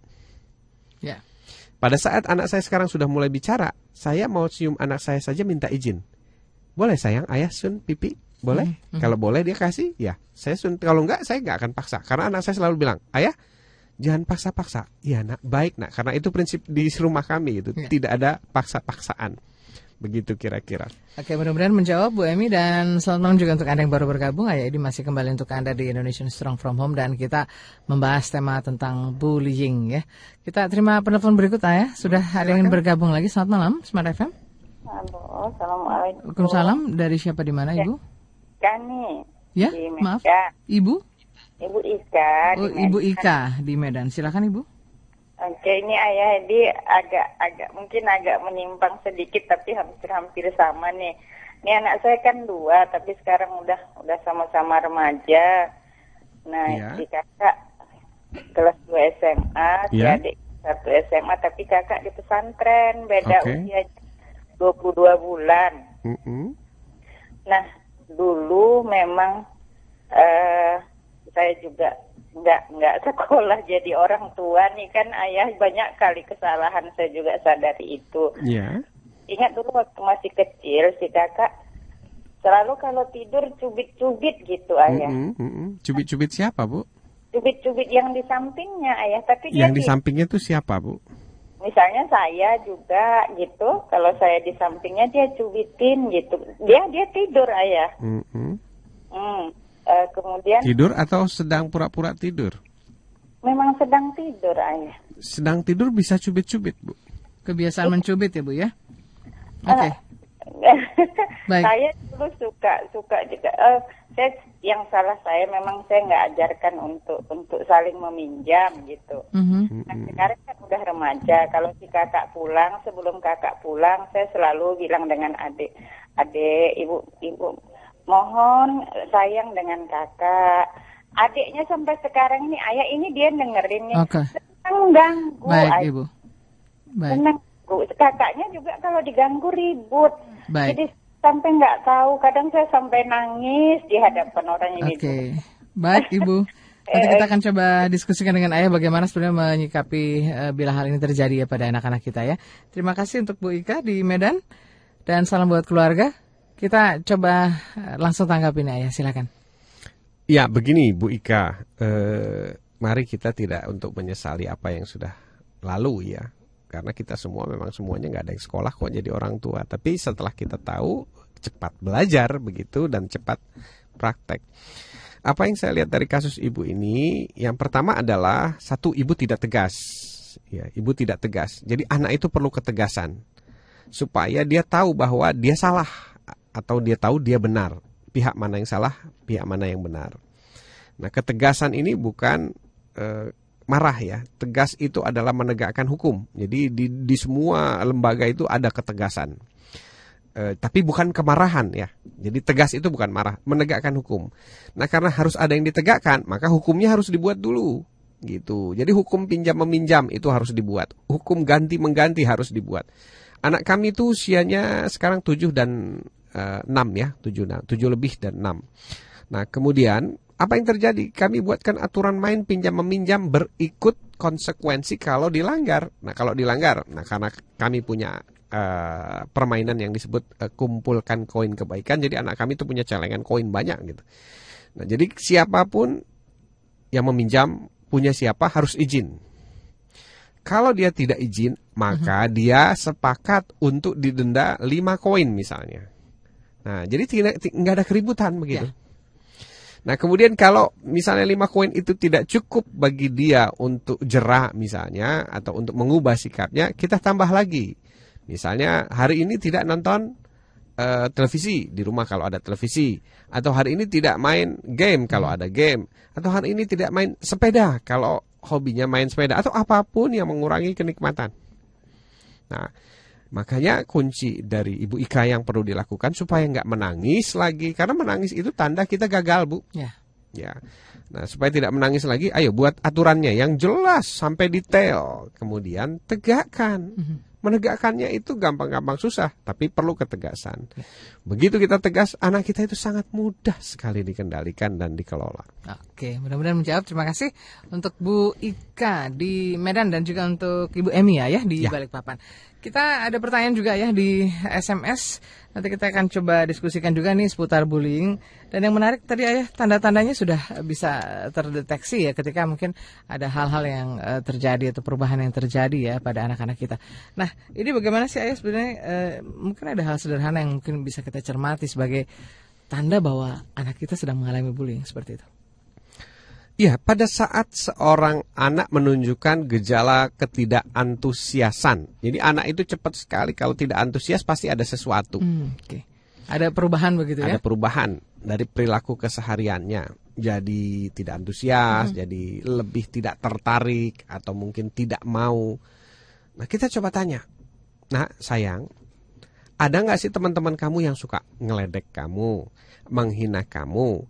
Pada saat anak saya sekarang sudah mulai bicara, saya mau cium anak saya saja minta izin. Boleh sayang, ayah sun pipi? Boleh? Kalau boleh dia kasih, ya saya sun. Kalau enggak, saya enggak akan paksa. Karena anak saya selalu bilang, ayah jangan paksa-paksa. Ya nak, baik nak. Karena itu prinsip di rumah kami itu, tidak ada paksa-paksaan. Begitu kira-kira. Oke, mudah-mudahan menjawab Bu Emi, dan selamat malam juga untuk Anda yang baru bergabung. Ayah Edi masih kembali untuk Anda di Indonesian Strong From Home, dan kita membahas tema tentang bullying ya. Kita terima penelpon berikut Ayah. Sudah ada yang bergabung lagi. Selamat malam, Smart FM. Halo, assalamualaikum. Waalaikumsalam. Dari siapa, di mana Ibu? Kani. Ya, maaf. Ibu? Ibu Ika. Oh, Ibu Ika di Medan. Silakan Ibu. Oke, ini Ayah Edi mungkin agak menyimpang sedikit, tapi hampir sama nih. Ini anak saya kan 2, tapi sekarang udah sama-sama remaja. Nah, si kakak kelas 2 SMA, si adik 1 SMA, tapi kakak di pesantren, beda usia 22 bulan. Nah, dulu memang saya juga nggak sekolah jadi orang tua nih kan ayah, banyak kali kesalahan, saya juga sadari itu. Ingat dulu waktu masih kecil si kakak selalu kalau tidur cubit-cubit gitu ayah. Cubit-cubit siapa Bu? Cubit-cubit yang di sampingnya ayah, tapi yang di sampingnya itu siapa Bu? Misalnya saya juga gitu, kalau saya di sampingnya dia cubitin gitu. Dia tidur ayah. Kemudian tidur atau sedang pura-pura tidur? Memang sedang tidur ayah. Sedang tidur bisa cubit-cubit Bu. Kebiasaan mencubit ya Bu ya. Oke. Baik. Saya dulu suka juga. Yang salah saya memang saya nggak ajarkan untuk saling meminjam gitu. Nah, sekarang kan udah remaja. Kalau si kakak pulang, sebelum kakak pulang, saya selalu bilang dengan adik, ibu mohon sayang dengan kakak. Adiknya sampai sekarang ini ayah ini dia dengerin nih. Oke. Ganggu. Baik Ibu. Tenang, Bu. Kakaknya juga kalau diganggu ribut. Baik. Jadi sampai nggak tahu. Kadang saya sampai nangis di hadapan orang ini. Oke. Baik, Ibu. Nanti kita akan coba diskusikan dengan Ayah bagaimana sebenarnya menyikapi bila hal ini terjadi ya pada anak-anak kita ya. Terima kasih untuk Bu Ika di Medan. Dan salam buat keluarga. Kita coba langsung tanggapin Ayah, silakan. Ya, begini Bu Ika. Mari kita tidak untuk menyesali apa yang sudah lalu ya. Karena kita semua memang semuanya nggak ada yang sekolah kok jadi orang tua. Tapi setelah kita tahu, cepat belajar begitu dan cepat praktek. Apa yang saya lihat dari kasus ibu ini, yang pertama adalah satu, ibu tidak tegas. Ya, ibu tidak tegas. Jadi anak itu perlu ketegasan supaya dia tahu bahwa dia salah atau dia tahu dia benar. Pihak mana yang salah, pihak mana yang benar. Nah, ketegasan ini bukan marah ya. Tegas itu adalah menegakkan hukum. Jadi di semua lembaga itu ada ketegasan. Tapi bukan kemarahan ya. Jadi tegas itu bukan marah, menegakkan hukum. Nah, karena harus ada yang ditegakkan, maka hukumnya harus dibuat dulu gitu. Jadi hukum pinjam meminjam itu harus dibuat. Hukum ganti mengganti harus dibuat. Anak kami itu usianya sekarang 7 dan 6 ya, 7 lebih dan 6. Nah, kemudian apa yang terjadi? Kami buatkan aturan main pinjam meminjam berikut konsekuensi kalau dilanggar. Nah, kalau dilanggar, nah karena kami punya permainan yang disebut kumpulkan koin kebaikan, jadi anak kami itu punya celengan koin banyak gitu. Nah, jadi siapapun yang meminjam punya siapa harus izin. Kalau dia tidak izin, maka dia sepakat untuk didenda 5 koin misalnya. Nah, jadi nggak ada keributan begitu. Ya. Nah, kemudian kalau misalnya 5 koin itu tidak cukup bagi dia untuk jera misalnya atau untuk mengubah sikapnya, kita tambah lagi. Misalnya hari ini tidak nonton televisi di rumah kalau ada televisi, atau hari ini tidak main game kalau ada game, atau hari ini tidak main sepeda kalau hobinya main sepeda, atau apapun yang mengurangi kenikmatan. Nah, makanya kunci dari Ibu Ika yang perlu dilakukan supaya nggak menangis lagi, karena menangis itu tanda kita gagal, Bu. Ya. Nah, supaya tidak menangis lagi, ayo buat aturannya yang jelas sampai detail, kemudian tegakkan. Menegakkannya itu gampang-gampang susah, tapi perlu ketegasan. Begitu kita tegas, anak kita itu sangat mudah sekali dikendalikan dan dikelola. Oke, mudah-mudahan menjawab. Terima kasih untuk Bu Ika di Medan dan juga untuk Ibu Emi ya di Balikpapan. Kita ada pertanyaan juga ya di SMS. Nanti kita akan coba diskusikan juga nih seputar bullying. Dan yang menarik tadi Ayah, tanda-tandanya sudah bisa terdeteksi ya ketika mungkin ada hal-hal yang terjadi atau perubahan yang terjadi ya pada anak-anak kita. Nah, ini bagaimana sih Ayah sebenarnya mungkin ada hal sederhana yang mungkin bisa kita cermati sebagai tanda bahwa anak kita sedang mengalami bullying seperti itu. Ya, pada saat seorang anak menunjukkan gejala ketidakantusiasan. Jadi anak itu cepat sekali kalau tidak antusias pasti ada sesuatu. Okay. Ada perubahan begitu ya? Ada perubahan dari perilaku kesehariannya. Jadi tidak antusias, jadi lebih tidak tertarik atau mungkin tidak mau. Nah, kita coba tanya. Nah, sayang, ada nggak sih teman-teman kamu yang suka ngeledek kamu, menghina kamu?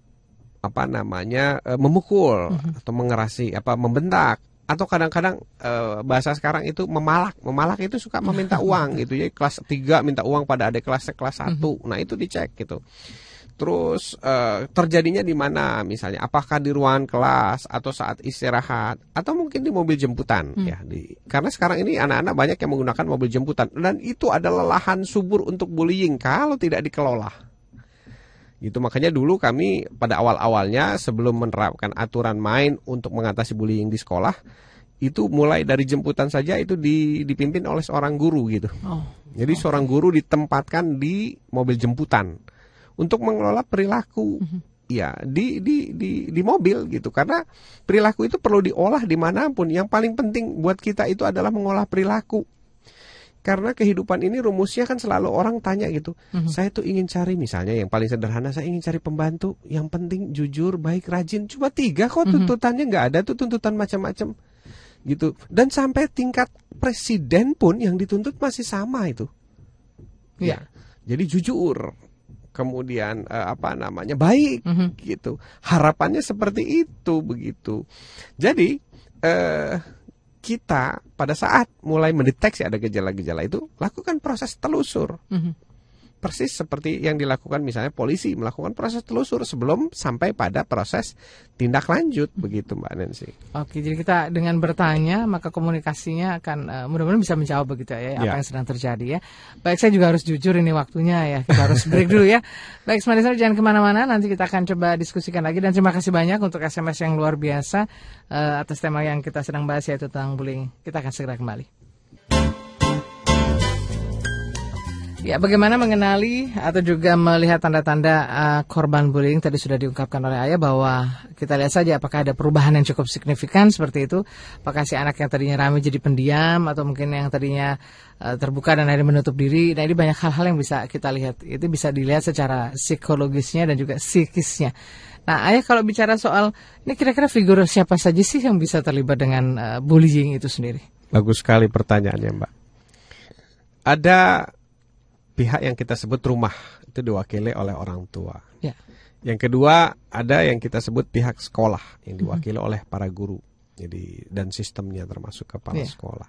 Memukul atau mengerasi, membentak, atau kadang-kadang bahasa sekarang itu memalak itu suka meminta uang gitu ya, kelas 3 minta uang pada adik kelas 1. Nah, itu dicek gitu. Terus terjadinya di mana misalnya, apakah di ruangan kelas atau saat istirahat atau mungkin di mobil jemputan ya, karena sekarang ini anak-anak banyak yang menggunakan mobil jemputan dan itu adalah lahan subur untuk bullying kalau tidak dikelola. Gitu, makanya dulu kami pada awal-awalnya sebelum menerapkan aturan main untuk mengatasi bullying di sekolah, itu mulai dari jemputan saja itu dipimpin oleh seorang guru gitu. Jadi seorang guru ditempatkan di mobil jemputan untuk mengelola perilaku. Ya, di mobil gitu, karena perilaku itu perlu diolah dimanapun. Yang paling penting buat kita itu adalah mengolah perilaku. Karena kehidupan ini rumusnya kan selalu orang tanya gitu. Saya tuh ingin cari misalnya yang paling sederhana, saya ingin cari pembantu yang penting jujur, baik, rajin. Cuma 3 kok tuntutannya, nggak ada tuh tuntutan macam-macam gitu. Dan sampai tingkat presiden pun yang dituntut masih sama itu. Ya. Jadi jujur. Kemudian baik gitu. Harapannya seperti itu begitu. Jadi kita pada saat mulai mendeteksi ada gejala-gejala itu, lakukan proses telusur. Persis seperti yang dilakukan misalnya polisi melakukan proses telusur sebelum sampai pada proses tindak lanjut, begitu Mbak Nancy. Oke, jadi kita dengan bertanya maka komunikasinya akan mudah-mudahan bisa menjawab begitu ya apa yang sedang terjadi ya. Baik, saya juga harus jujur ini waktunya ya, kita harus break dulu ya. Baik, Smart Listener, jangan kemana-mana, nanti kita akan coba diskusikan lagi, dan terima kasih banyak untuk SMS yang luar biasa atas tema yang kita sedang bahas, yaitu tentang bullying. Kita akan segera kembali. Ya, bagaimana mengenali atau juga melihat tanda-tanda korban bullying? Tadi sudah diungkapkan oleh Ayah bahwa kita lihat saja apakah ada perubahan yang cukup signifikan seperti itu. Apakah si anak yang tadinya ramai jadi pendiam, atau mungkin yang tadinya terbuka dan akhirnya menutup diri. Nah, ini banyak hal-hal yang bisa kita lihat. Itu bisa dilihat secara psikologisnya dan juga psikisnya. Nah, Ayah kalau bicara soal ini, kira-kira figur siapa saja sih yang bisa terlibat dengan bullying itu sendiri? Bagus sekali pertanyaannya, Mbak. Ada pihak yang kita sebut rumah, itu diwakili oleh orang tua. Ya. Yang kedua, ada yang kita sebut pihak sekolah, yang diwakili oleh para guru. Jadi dan sistemnya termasuk kepala sekolah.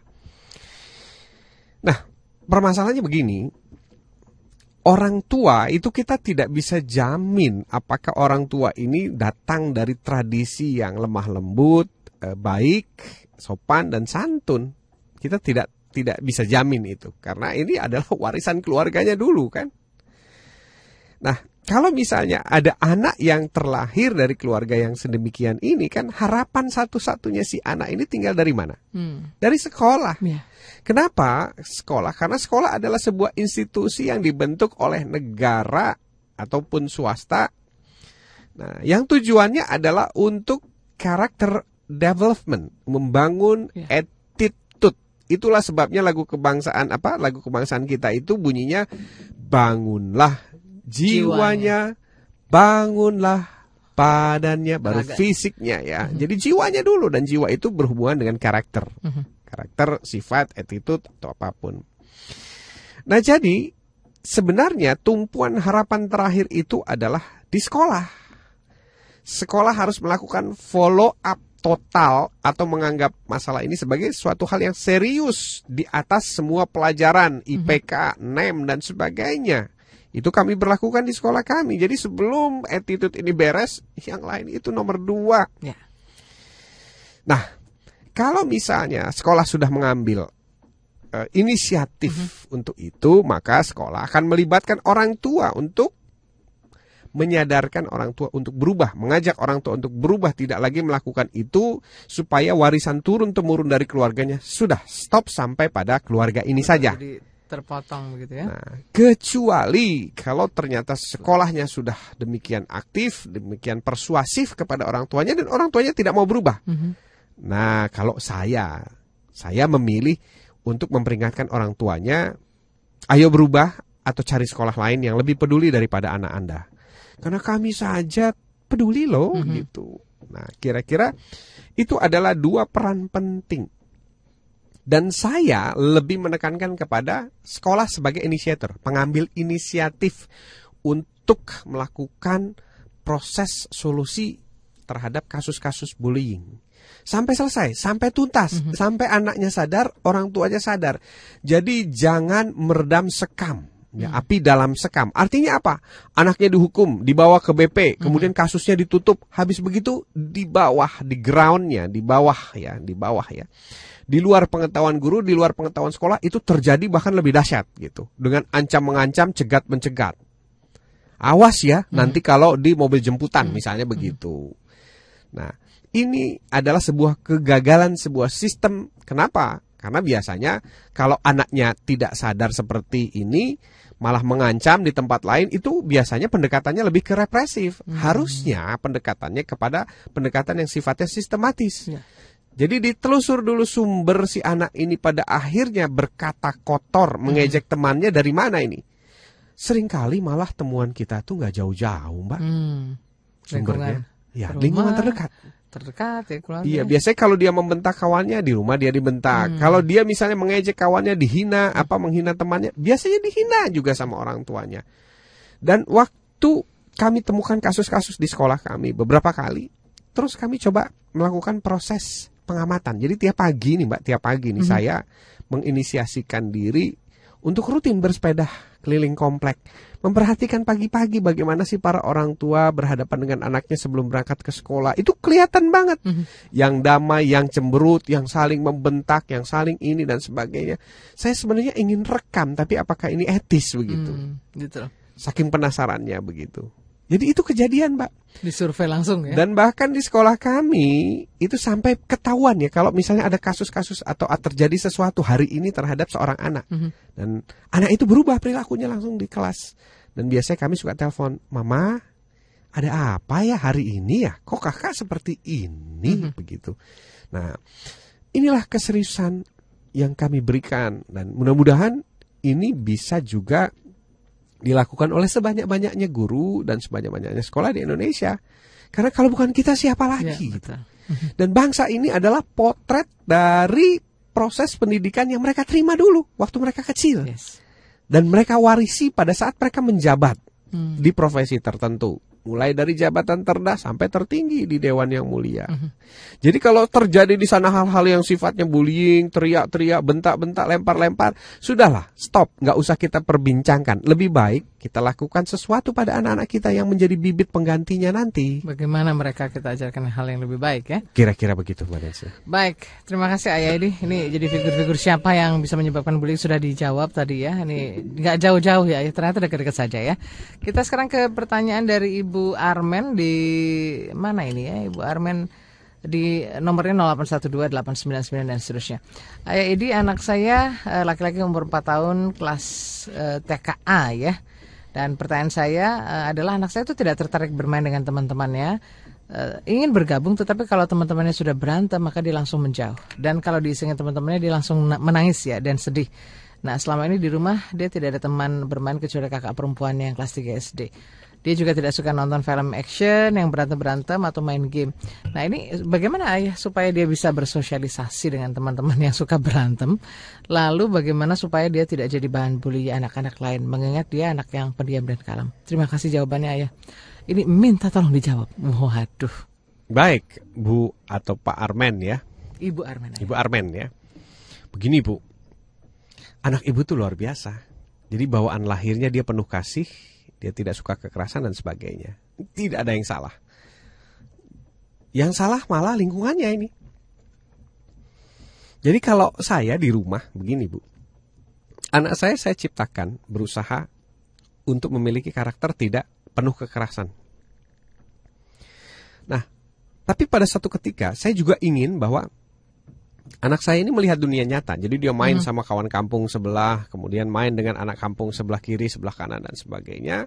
Nah, permasalahannya begini. Orang tua itu kita tidak bisa jamin apakah orang tua ini datang dari tradisi yang lemah lembut, baik, sopan dan santun. Kita tidak bisa jamin itu, karena ini adalah warisan keluarganya dulu kan. Nah, kalau misalnya ada anak yang terlahir dari keluarga yang sedemikian ini, kan harapan satu-satunya si anak ini tinggal dari mana? Dari sekolah. Kenapa sekolah? Karena sekolah adalah sebuah institusi yang dibentuk oleh negara ataupun swasta. Nah, yang tujuannya adalah untuk karakter development, membangun attitude. Itulah sebabnya lagu kebangsaan kita itu bunyinya, bangunlah jiwanya, bangunlah badannya, baru fisiknya ya. Jadi jiwanya dulu, dan jiwa itu berhubungan dengan karakter. Karakter, sifat, attitude atau apapun. Nah, jadi sebenarnya tumpuan harapan terakhir itu adalah di sekolah. Sekolah harus melakukan follow up total atau menganggap masalah ini sebagai suatu hal yang serius di atas semua pelajaran, IPK, NEM dan sebagainya. Itu kami berlakukan di sekolah kami. Jadi sebelum attitude ini beres, yang lain itu nomor 2. Nah, kalau misalnya sekolah sudah mengambil inisiatif untuk itu, maka sekolah akan melibatkan orang tua untuk menyadarkan orang tua untuk berubah, mengajak orang tua untuk berubah, tidak lagi melakukan itu, supaya warisan turun-temurun dari keluarganya sudah stop sampai pada keluarga ini saja. Jadi terpotong begitu ya. Nah, kecuali kalau ternyata sekolahnya sudah demikian aktif, demikian persuasif kepada orang tuanya, dan orang tuanya tidak mau berubah. Nah, kalau saya memilih untuk memperingatkan orang tuanya, ayo berubah atau cari sekolah lain yang lebih peduli daripada anak Anda. Karena kami saja peduli loh gitu. Nah, kira-kira itu adalah 2 peran penting. Dan saya lebih menekankan kepada sekolah sebagai inisiator, pengambil inisiatif untuk melakukan proses solusi terhadap kasus-kasus bullying. Sampai selesai, sampai tuntas, sampai anaknya sadar, orang tuanya sadar. Jadi jangan meredam sekam. Ya, api dalam sekam. Artinya apa? Anaknya dihukum, dibawa ke BP, kemudian kasusnya ditutup. Habis begitu di bawah, di groundnya, di bawah ya. Di luar pengetahuan guru, di luar pengetahuan sekolah, itu terjadi bahkan lebih dahsyat gitu. Dengan ancam-mengancam, cegat-mencegat. Awas ya, nanti kalau di mobil jemputan misalnya begitu. Nah, ini adalah sebuah kegagalan sebuah sistem. Kenapa? Karena biasanya kalau anaknya tidak sadar seperti ini, malah mengancam di tempat lain, itu biasanya pendekatannya lebih ke represif. Harusnya pendekatannya kepada pendekatan yang sifatnya sistematis. Jadi ditelusur dulu sumber si anak ini pada akhirnya berkata kotor, mengejek temannya dari mana ini. Seringkali malah temuan kita tuh nggak jauh-jauh, Mbak. Sumbernya. Lingkungan terdekat ya keluarga. Iya, biasanya kalau dia membentak kawannya, di rumah dia dibentak. Kalau dia misalnya mengejek kawannya, dihina, menghina temannya, biasanya dihina juga sama orang tuanya. Dan waktu kami temukan kasus-kasus di sekolah kami beberapa kali, terus kami coba melakukan proses pengamatan. Jadi tiap pagi nih Mbak, saya menginisiasikan diri untuk rutin bersepeda keliling komplek. Memperhatikan pagi-pagi bagaimana sih para orang tua berhadapan dengan anaknya sebelum berangkat ke sekolah. Itu kelihatan banget. Yang damai, yang cemberut, yang saling membentak, yang saling ini dan sebagainya. Saya sebenarnya ingin rekam, tapi apakah ini etis begitu? Gitu. Saking penasarannya begitu. Jadi itu kejadian, Mbak. Disurvei langsung ya. Dan bahkan di sekolah kami itu sampai ketahuan ya kalau misalnya ada kasus-kasus atau terjadi sesuatu hari ini terhadap seorang anak. Dan anak itu berubah perilakunya langsung di kelas. Dan biasanya kami suka telepon, "Mama, ada apa ya hari ini ya? Kok kakak seperti ini?" Begitu. Nah, inilah keseriusan yang kami berikan. Dan mudah-mudahan ini bisa juga dilakukan oleh sebanyak-banyaknya guru dan sebanyak-banyaknya sekolah di Indonesia. Karena kalau bukan kita siapa lagi? Ya, betul. Dan bangsa ini adalah potret dari proses pendidikan yang mereka terima dulu waktu mereka kecil. Yes. Dan mereka warisi pada saat mereka menjabat di profesi tertentu. Mulai dari jabatan terendah sampai tertinggi di Dewan Yang Mulia. Jadi kalau terjadi di sana hal-hal yang sifatnya bullying, teriak-teriak, bentak-bentak, lempar-lempar, sudahlah, stop, nggak usah kita perbincangkan. Lebih baik kita lakukan sesuatu pada anak-anak kita yang menjadi bibit penggantinya nanti. Bagaimana mereka kita ajarkan hal yang lebih baik ya? Kira-kira begitu, Mbak Nancy. Baik, terima kasih Ayah Edi. Ini jadi figur-figur siapa yang bisa menyebabkan bullying sudah dijawab tadi ya. Ini nggak jauh-jauh ya, ternyata dekat-dekat saja ya. Kita sekarang ke pertanyaan dari Ibu Armen di mana ini ya, Ibu Armen di nomornya 0812-899 dan seterusnya. Ayah Edi, anak saya laki-laki umur 4 tahun kelas TKA ya. Dan pertanyaan saya adalah anak saya itu tidak tertarik bermain dengan teman-temannya, ingin bergabung, tetapi kalau teman-temannya sudah berantem maka dia langsung menjauh. Dan kalau diisengin teman-temannya dia langsung menangis ya dan sedih. Nah, selama ini di rumah dia tidak ada teman bermain kecuali kakak perempuannya yang kelas 3 SD. Dia juga tidak suka nonton film action yang berantem-berantem atau main game. Nah, ini bagaimana Ayah supaya dia bisa bersosialisasi dengan teman-teman yang suka berantem? Lalu bagaimana supaya dia tidak jadi bahan bully anak-anak lain, mengingat dia anak yang pendiam dan kalem? Terima kasih jawabannya Ayah. Ini minta tolong dijawab. Waduh. Baik, Bu atau Pak Armen ya. Ibu Armen. Ibu Armen ya. Begini Bu, anak ibu tuh luar biasa. Jadi bawaan lahirnya dia penuh kasih. Dia tidak suka kekerasan dan sebagainya. Tidak ada yang salah. Yang salah malah lingkungannya ini. Jadi kalau saya di rumah, begini Bu. Anak saya ciptakan berusaha untuk memiliki karakter tidak penuh kekerasan. Nah, tapi pada satu ketika saya juga ingin bahwa anak saya ini melihat dunia nyata. Jadi dia main sama kawan kampung sebelah, kemudian main dengan anak kampung sebelah kiri, sebelah kanan dan sebagainya.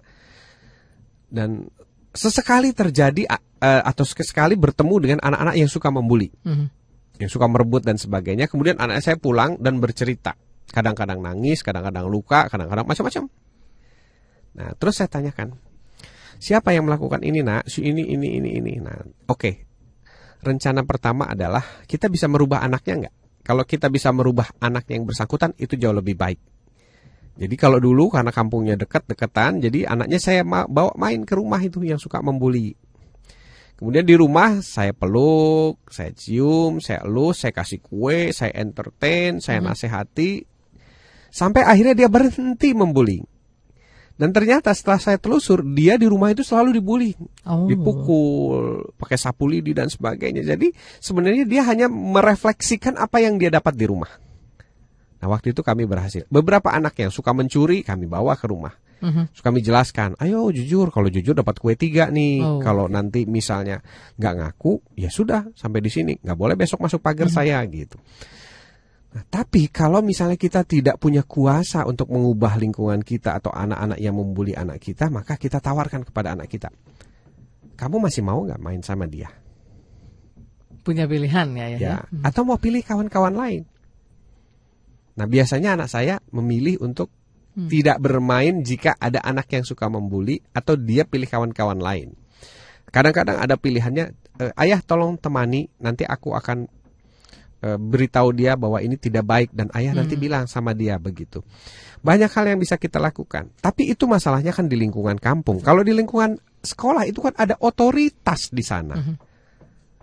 Dan sesekali terjadi atau sesekali bertemu dengan anak-anak yang suka membuli, yang suka merebut dan sebagainya. Kemudian anak saya pulang dan bercerita. Kadang-kadang nangis, kadang-kadang luka, kadang-kadang macam-macam. Nah, terus saya tanyakan, siapa yang melakukan ini nak? Ini. Nah, oke. Rencana pertama adalah kita bisa merubah anaknya enggak? Kalau kita bisa merubah anak yang bersangkutan itu jauh lebih baik. Jadi kalau dulu karena kampungnya dekat-dekatan, jadi anaknya saya bawa main ke rumah itu yang suka membuli. Kemudian di rumah saya peluk, saya cium, saya elus, saya kasih kue, saya entertain, saya nasihati. Sampai akhirnya dia berhenti membuli. Dan ternyata setelah saya telusur, dia di rumah itu selalu dibully, dipukul, pakai sapu lidi dan sebagainya. Jadi sebenarnya dia hanya merefleksikan apa yang dia dapat di rumah. Nah, waktu itu kami berhasil. Beberapa anak yang suka mencuri kami bawa ke rumah. Terus kami jelaskan, ayo jujur, kalau jujur dapat kue 3 nih. Kalau nanti misalnya nggak ngaku, ya sudah sampai di sini, nggak boleh besok masuk pagar saya gitu. Nah, tapi kalau misalnya kita tidak punya kuasa untuk mengubah lingkungan kita atau anak-anak yang membuli anak kita, maka kita tawarkan kepada anak kita, kamu masih mau nggak main sama dia? Punya pilihan ya. Atau mau pilih kawan-kawan lain? Nah, biasanya anak saya memilih untuk tidak bermain jika ada anak yang suka membuli atau dia pilih kawan-kawan lain. Kadang-kadang ada pilihannya, ayah tolong temani, nanti aku akan beritahu dia bahwa ini tidak baik dan ayah nanti bilang sama dia begitu. Banyak hal yang bisa kita lakukan. Tapi itu masalahnya kan di lingkungan kampung. Kalau di lingkungan sekolah itu kan ada otoritas di sana.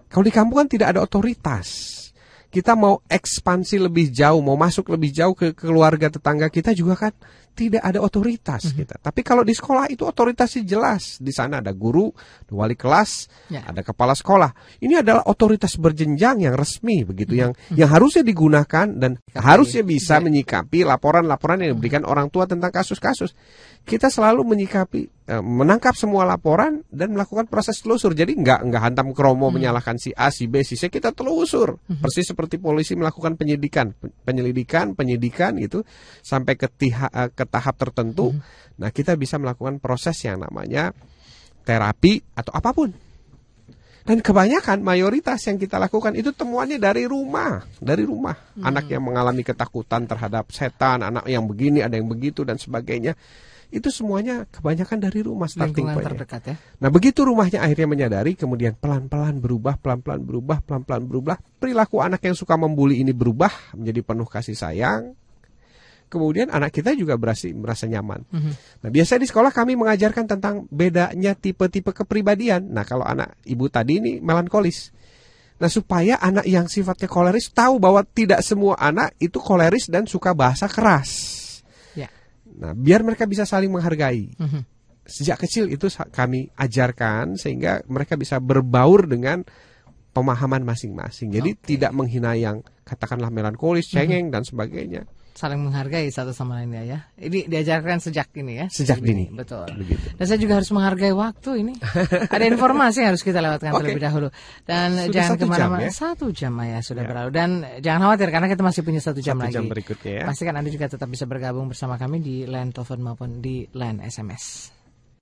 Kalau di kampung kan tidak ada otoritas. Kita mau ekspansi lebih jauh, mau masuk lebih jauh ke keluarga tetangga kita juga kan tidak ada otoritas kita. Tapi kalau di sekolah itu otoritasnya jelas. Di sana ada guru, ada wali kelas, ada kepala sekolah. Ini adalah otoritas berjenjang yang resmi begitu, yang harusnya digunakan dan harusnya bisa menyikapi laporan-laporan yang diberikan orang tua tentang kasus-kasus. Kita selalu menyikapi, menangkap semua laporan dan melakukan proses telusur. Jadi nggak hantam kromo menyalahkan si A, si B, si C. Kita telusur. Persis seperti polisi melakukan penyidikan gitu sampai ke tahap tertentu. Nah, kita bisa melakukan proses yang namanya terapi atau apapun. Dan kebanyakan mayoritas yang kita lakukan itu temuannya dari rumah. Anak yang mengalami ketakutan terhadap setan, anak yang begini, ada yang begitu dan sebagainya. Itu semuanya kebanyakan dari rumah, starting point terdekat ya. Nah, begitu rumahnya akhirnya menyadari, kemudian pelan-pelan berubah, perilaku anak yang suka membuli ini berubah menjadi penuh kasih sayang. Kemudian anak kita juga merasa nyaman. Nah, biasanya di sekolah kami mengajarkan tentang bedanya tipe-tipe kepribadian. Nah, kalau anak ibu tadi ini melankolis. Nah, supaya anak yang sifatnya koleris tahu bahwa tidak semua anak itu koleris dan suka bahasa keras. Nah, biar mereka bisa saling menghargai. Sejak kecil itu kami ajarkan sehingga mereka bisa berbaur dengan pemahaman masing-masing. Jadi tidak menghina yang katakanlah melankolis, cengeng dan sebagainya. Saling menghargai satu sama lainnya ya. Ini diajarkan sejak ini ya. Sejak dini. Betul. Begitu. Dan saya juga harus menghargai waktu ini. Ada informasi yang harus kita lewatkan terlebih dahulu. Dan sudah jangan kemana-mana. Ya? 1 jam ya sudah berlalu. Dan jangan khawatir karena kita masih punya 1 jam lagi. 1 jam berikutnya ya. Pastikan Anda juga tetap bisa bergabung bersama kami di line telepon maupun di line SMS.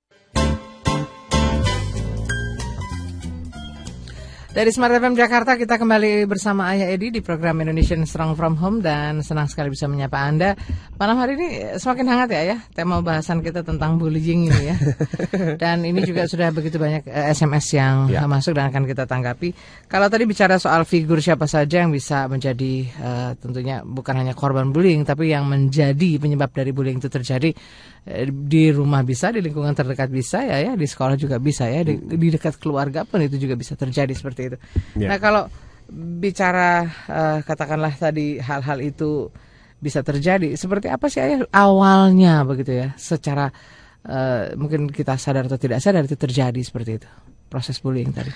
Dari Smart FM Jakarta kita kembali bersama Ayah Edi di program Indonesian Strong From Home dan senang sekali bisa menyapa Anda. Malam hari ini semakin hangat ya tema bahasan kita tentang bullying ini ya. Dan ini juga sudah begitu banyak SMS yang masuk dan akan kita tanggapi. Kalau tadi bicara soal figur siapa saja yang bisa menjadi tentunya bukan hanya korban bullying tapi yang menjadi penyebab dari bullying itu terjadi. Di rumah bisa, di lingkungan terdekat bisa ya, di sekolah juga bisa ya, di dekat keluarga pun itu juga bisa terjadi seperti itu. Nah, kalau bicara katakanlah tadi hal-hal itu bisa terjadi, seperti apa sih Ayah awalnya begitu ya? Secara mungkin kita sadar atau tidak sadar itu terjadi seperti itu. Proses bullying tadi.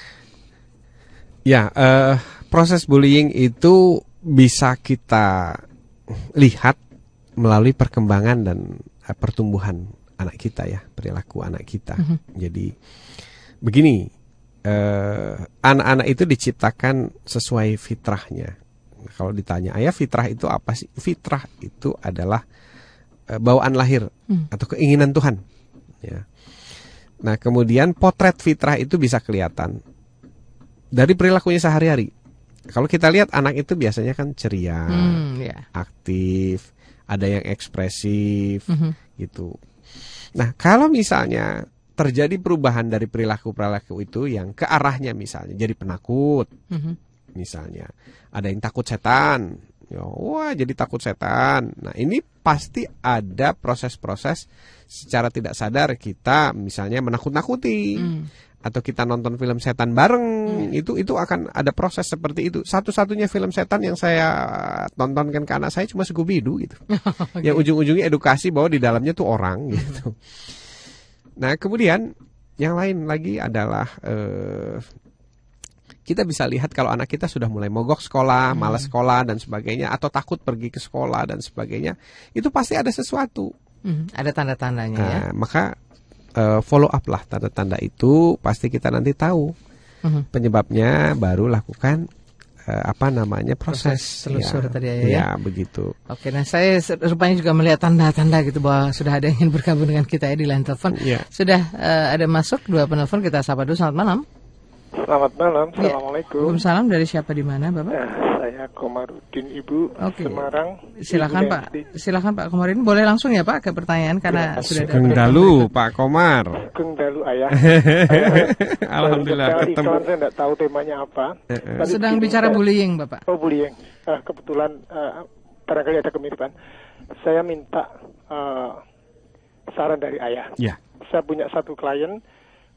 Ya, proses bullying itu bisa kita lihat melalui perkembangan dan pertumbuhan anak kita ya, perilaku anak kita. Jadi begini, anak-anak itu diciptakan sesuai fitrahnya. Kalau ditanya, Ayah fitrah itu apa sih? Fitrah itu adalah bawaan lahir atau keinginan Tuhan. Ya. Nah, kemudian potret fitrah itu bisa kelihatan dari perilakunya sehari-hari. Kalau kita lihat anak itu biasanya kan ceria, aktif, ada yang ekspresif, gitu. Nah, kalau misalnya terjadi perubahan dari perilaku-perilaku itu yang ke arahnya misalnya jadi penakut, misalnya ada yang takut setan, wah jadi takut setan. Nah, ini pasti ada proses-proses secara tidak sadar kita misalnya menakut-nakuti. Atau kita nonton film setan bareng, itu akan ada proses seperti itu. Satu-satunya film setan yang saya tontonkan ke anak saya cuma Scooby-Doo gitu. Yang ujung-ujungnya edukasi bahwa di dalamnya tuh orang gitu. Nah, kemudian yang lain lagi adalah kita bisa lihat kalau anak kita sudah mulai mogok sekolah, malas sekolah dan sebagainya, atau takut pergi ke sekolah dan sebagainya, itu pasti ada sesuatu. Ada tanda-tandanya ya. Maka follow up lah tanda-tanda itu, pasti kita nanti tahu penyebabnya, baru lakukan proses telusur tadi ya. Ya, begitu. Oke, nah saya rupanya juga melihat tanda-tanda gitu bahwa sudah ada yang ingin bergabung dengan kita ya di line telepon. Sudah ada masuk 2 penelpon, kita sapa dulu. Selamat malam. Selamat malam, Assalamualaikum. Waalaikumsalam. Dari siapa di mana, Bapak? Saya Komarudin, Ibu, Semarang. Silakan Pak. Silakan Pak Komarudin. Boleh langsung ya Pak ke pertanyaan karena sudah ada. Dalu Pak Komar. Dalu Ayah. Alhamdulillah ketemu. Saya tidak tahu temanya apa. Sedang bicara bullying, Bapak. Oh, bullying. Kebetulan barangkali ada kemiripan. Saya minta saran dari Ayah. Ya. Saya punya satu klien.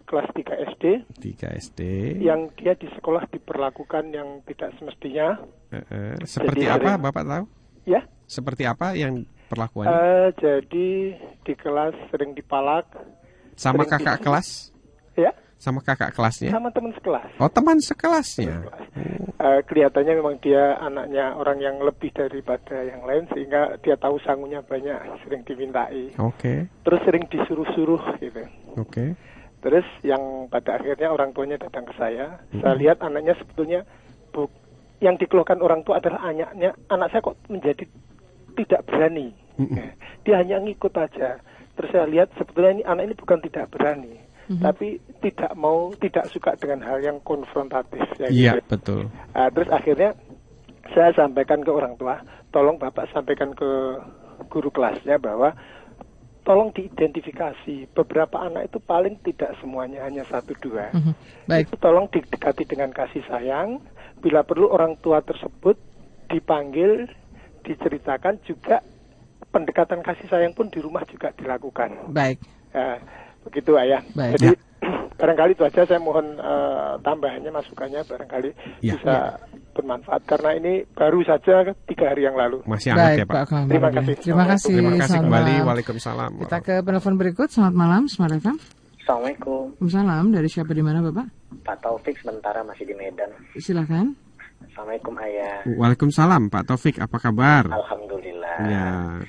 kelas 3 SD. 3 SD. Yang dia di sekolah diperlakukan yang tidak semestinya. Seperti jadi apa Bapak tahu? Ya. Seperti apa yang perlakuannya? Jadi di kelas sering dipalak. Sama kakak kelas? Ya. Sama kakak kelasnya? Sama teman sekelas. Oh, teman sekelasnya. Kelihatannya memang dia anaknya orang yang lebih daripada yang lain, sehingga dia tahu sangunya banyak, sering dimintai. Oke. Terus sering disuruh-suruh gitu. Oke. Terus yang pada akhirnya orang tuanya datang ke saya. Saya lihat anaknya sebetulnya yang dikeluhkan orang tua adalah anak saya kok menjadi tidak berani. Dia hanya ngikut aja. Terus saya lihat sebetulnya ini anak ini bukan tidak berani, tapi tidak suka dengan hal yang konfrontatif. Iya, gitu. Betul. Terus akhirnya saya sampaikan ke orang tua, tolong Bapak sampaikan ke guru kelasnya bahwa tolong diidentifikasi. Beberapa anak itu paling tidak semuanya, hanya 1-2. Baik. Itu tolong didekati dengan kasih sayang. Bila perlu orang tua tersebut dipanggil, diceritakan, juga pendekatan kasih sayang pun di rumah juga dilakukan. Baik. Begitu Ayah. Baik. Jadi barangkali itu aja, saya mohon tambahannya, masukannya barangkali bisa bermanfaat, karena ini baru saja 3 hari yang lalu. Masih hangat ya Pak. Terima kasih. Terima kasih kembali. Waalaikumsalam. Kita ke penelpon berikut. Selamat malam, Smart FM. Assalamualaikum. Waalaikumsalam. Dari siapa, di mana Bapak? Pak Taufik, sementara masih di Medan. Silakan. Assalamualaikum Ayah. Waalaikumsalam Pak Taufik, apa kabar? Alhamdulillah. Ya.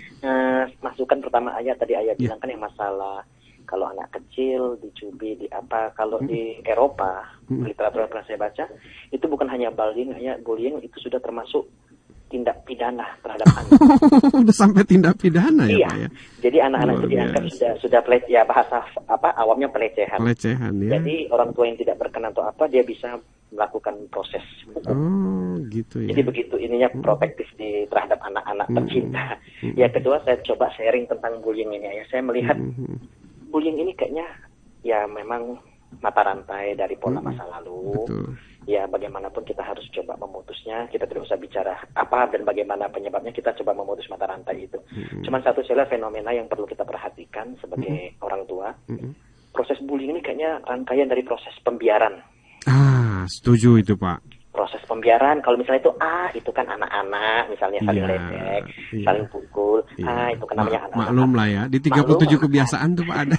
Masukan pertama Ayah tadi Ayah bilang kan yang masalah kalau anak kecil dicubit di apa, kalau di Eropa literatur yang pernah saya baca itu bukan hanya bullying itu sudah termasuk tindak pidana terhadap anak. Udah sampai tindak pidana ya, iya. Pak ya. Jadi anak-anak itu dianggap sudah bahasa awamnya pelecehan. Pelecehan ya. Jadi orang tua yang tidak berkenan atau apa dia bisa melakukan proses hukum. Oh, gitu ya. Jadi begitu ininya protektif terhadap anak-anak tercinta. Yang kedua saya coba sharing tentang bullying ini ya. Saya melihat bullying ini kayaknya ya memang mata rantai dari pola masa lalu. Betul. Ya bagaimanapun kita harus coba memutusnya. Kita tidak usah bicara apa dan bagaimana penyebabnya, kita coba memutus mata rantai itu. Cuman satu saja fenomena yang perlu kita perhatikan sebagai orang tua. Proses bullying ini kayaknya rangkaian dari proses pembiaran. Setuju itu Pak. Proses pembiaran, kalau misalnya itu kan anak-anak, misalnya saling ledek, saling pukul, itu kan namanya anak-anak. Maklum lah ya, di 37 kebiasaan tuh Pak ada.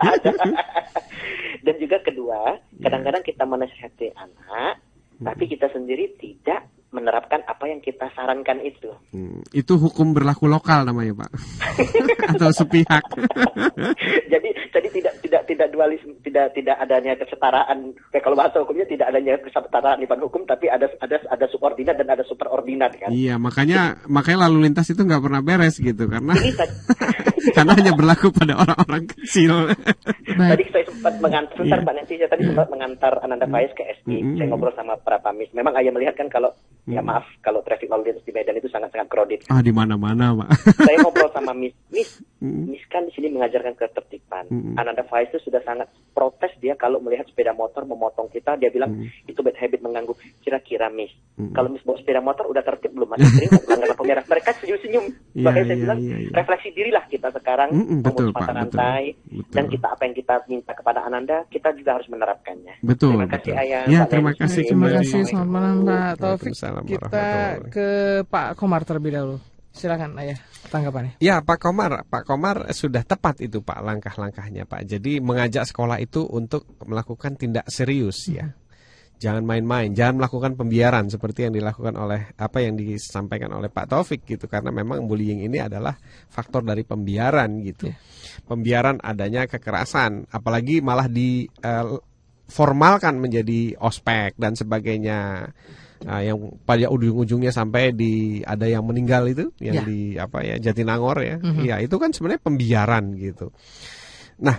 Dan juga kedua, kadang-kadang kita menasihati anak, tapi kita sendiri tidak menerapkan apa yang kita sarankan itu. Itu hukum berlaku lokal namanya Pak, atau sepihak. jadi tidak dualisme, tidak adanya kesetaraan. Kalau bahasa hukumnya tidak adanya kesetaraan di depan hukum, tapi ada subordinat dan ada superordinat kan. Iya, makanya lalu lintas itu nggak pernah beres gitu karena hanya berlaku pada orang-orang kecil. Tadi saya sempat mengantar Mbak Nancy, saya tadi sempat mengantar Ananda Faiz ke SI. Saya ngobrol sama para pamis. Memang Ayah melihat kan kalau ya maaf kalau traffic lalu lintas di Medan itu sangat-sangat crowded. Di mana-mana, Pak. Saya ngobrol sama Miss kan di sini mengajarkan ketertiban. Ananda Faiz itu sudah sangat protes dia kalau melihat sepeda motor memotong kita, dia bilang itu bad habit, mengganggu. Kira-kira Miss, kalau Miss bawa sepeda motor udah tertib belum? Masih sering melanggar lampu merah. Mereka senyum-senyum. Makanya saya bilang refleksi dirilah kita sekarang, memutus mata rantai, dan kita apa yang kita minta kepada Ananda, kita juga harus menerapkannya. Betul. Terima kasih Ayah. Ya, terima kasih. Terima kasih. Selamat malam Pak Taufik. Kita ke Pak Komar terlebih dahulu. Silakan Ayah tanggapannya. Ya Pak Komar sudah tepat itu Pak langkah-langkahnya Pak. Jadi mengajak sekolah itu untuk melakukan tindak serius ya. Jangan main-main, jangan melakukan pembiaran seperti yang dilakukan oleh apa yang disampaikan oleh Pak Taufik gitu, karena memang bullying ini adalah faktor dari pembiaran gitu. Pembiaran adanya kekerasan, apalagi malah diformalkan menjadi ospek dan sebagainya. Yang pada ujung-ujungnya sampai ada yang meninggal itu yang di Jatinangor ya. Ya itu kan sebenarnya pembiaran gitu. Nah,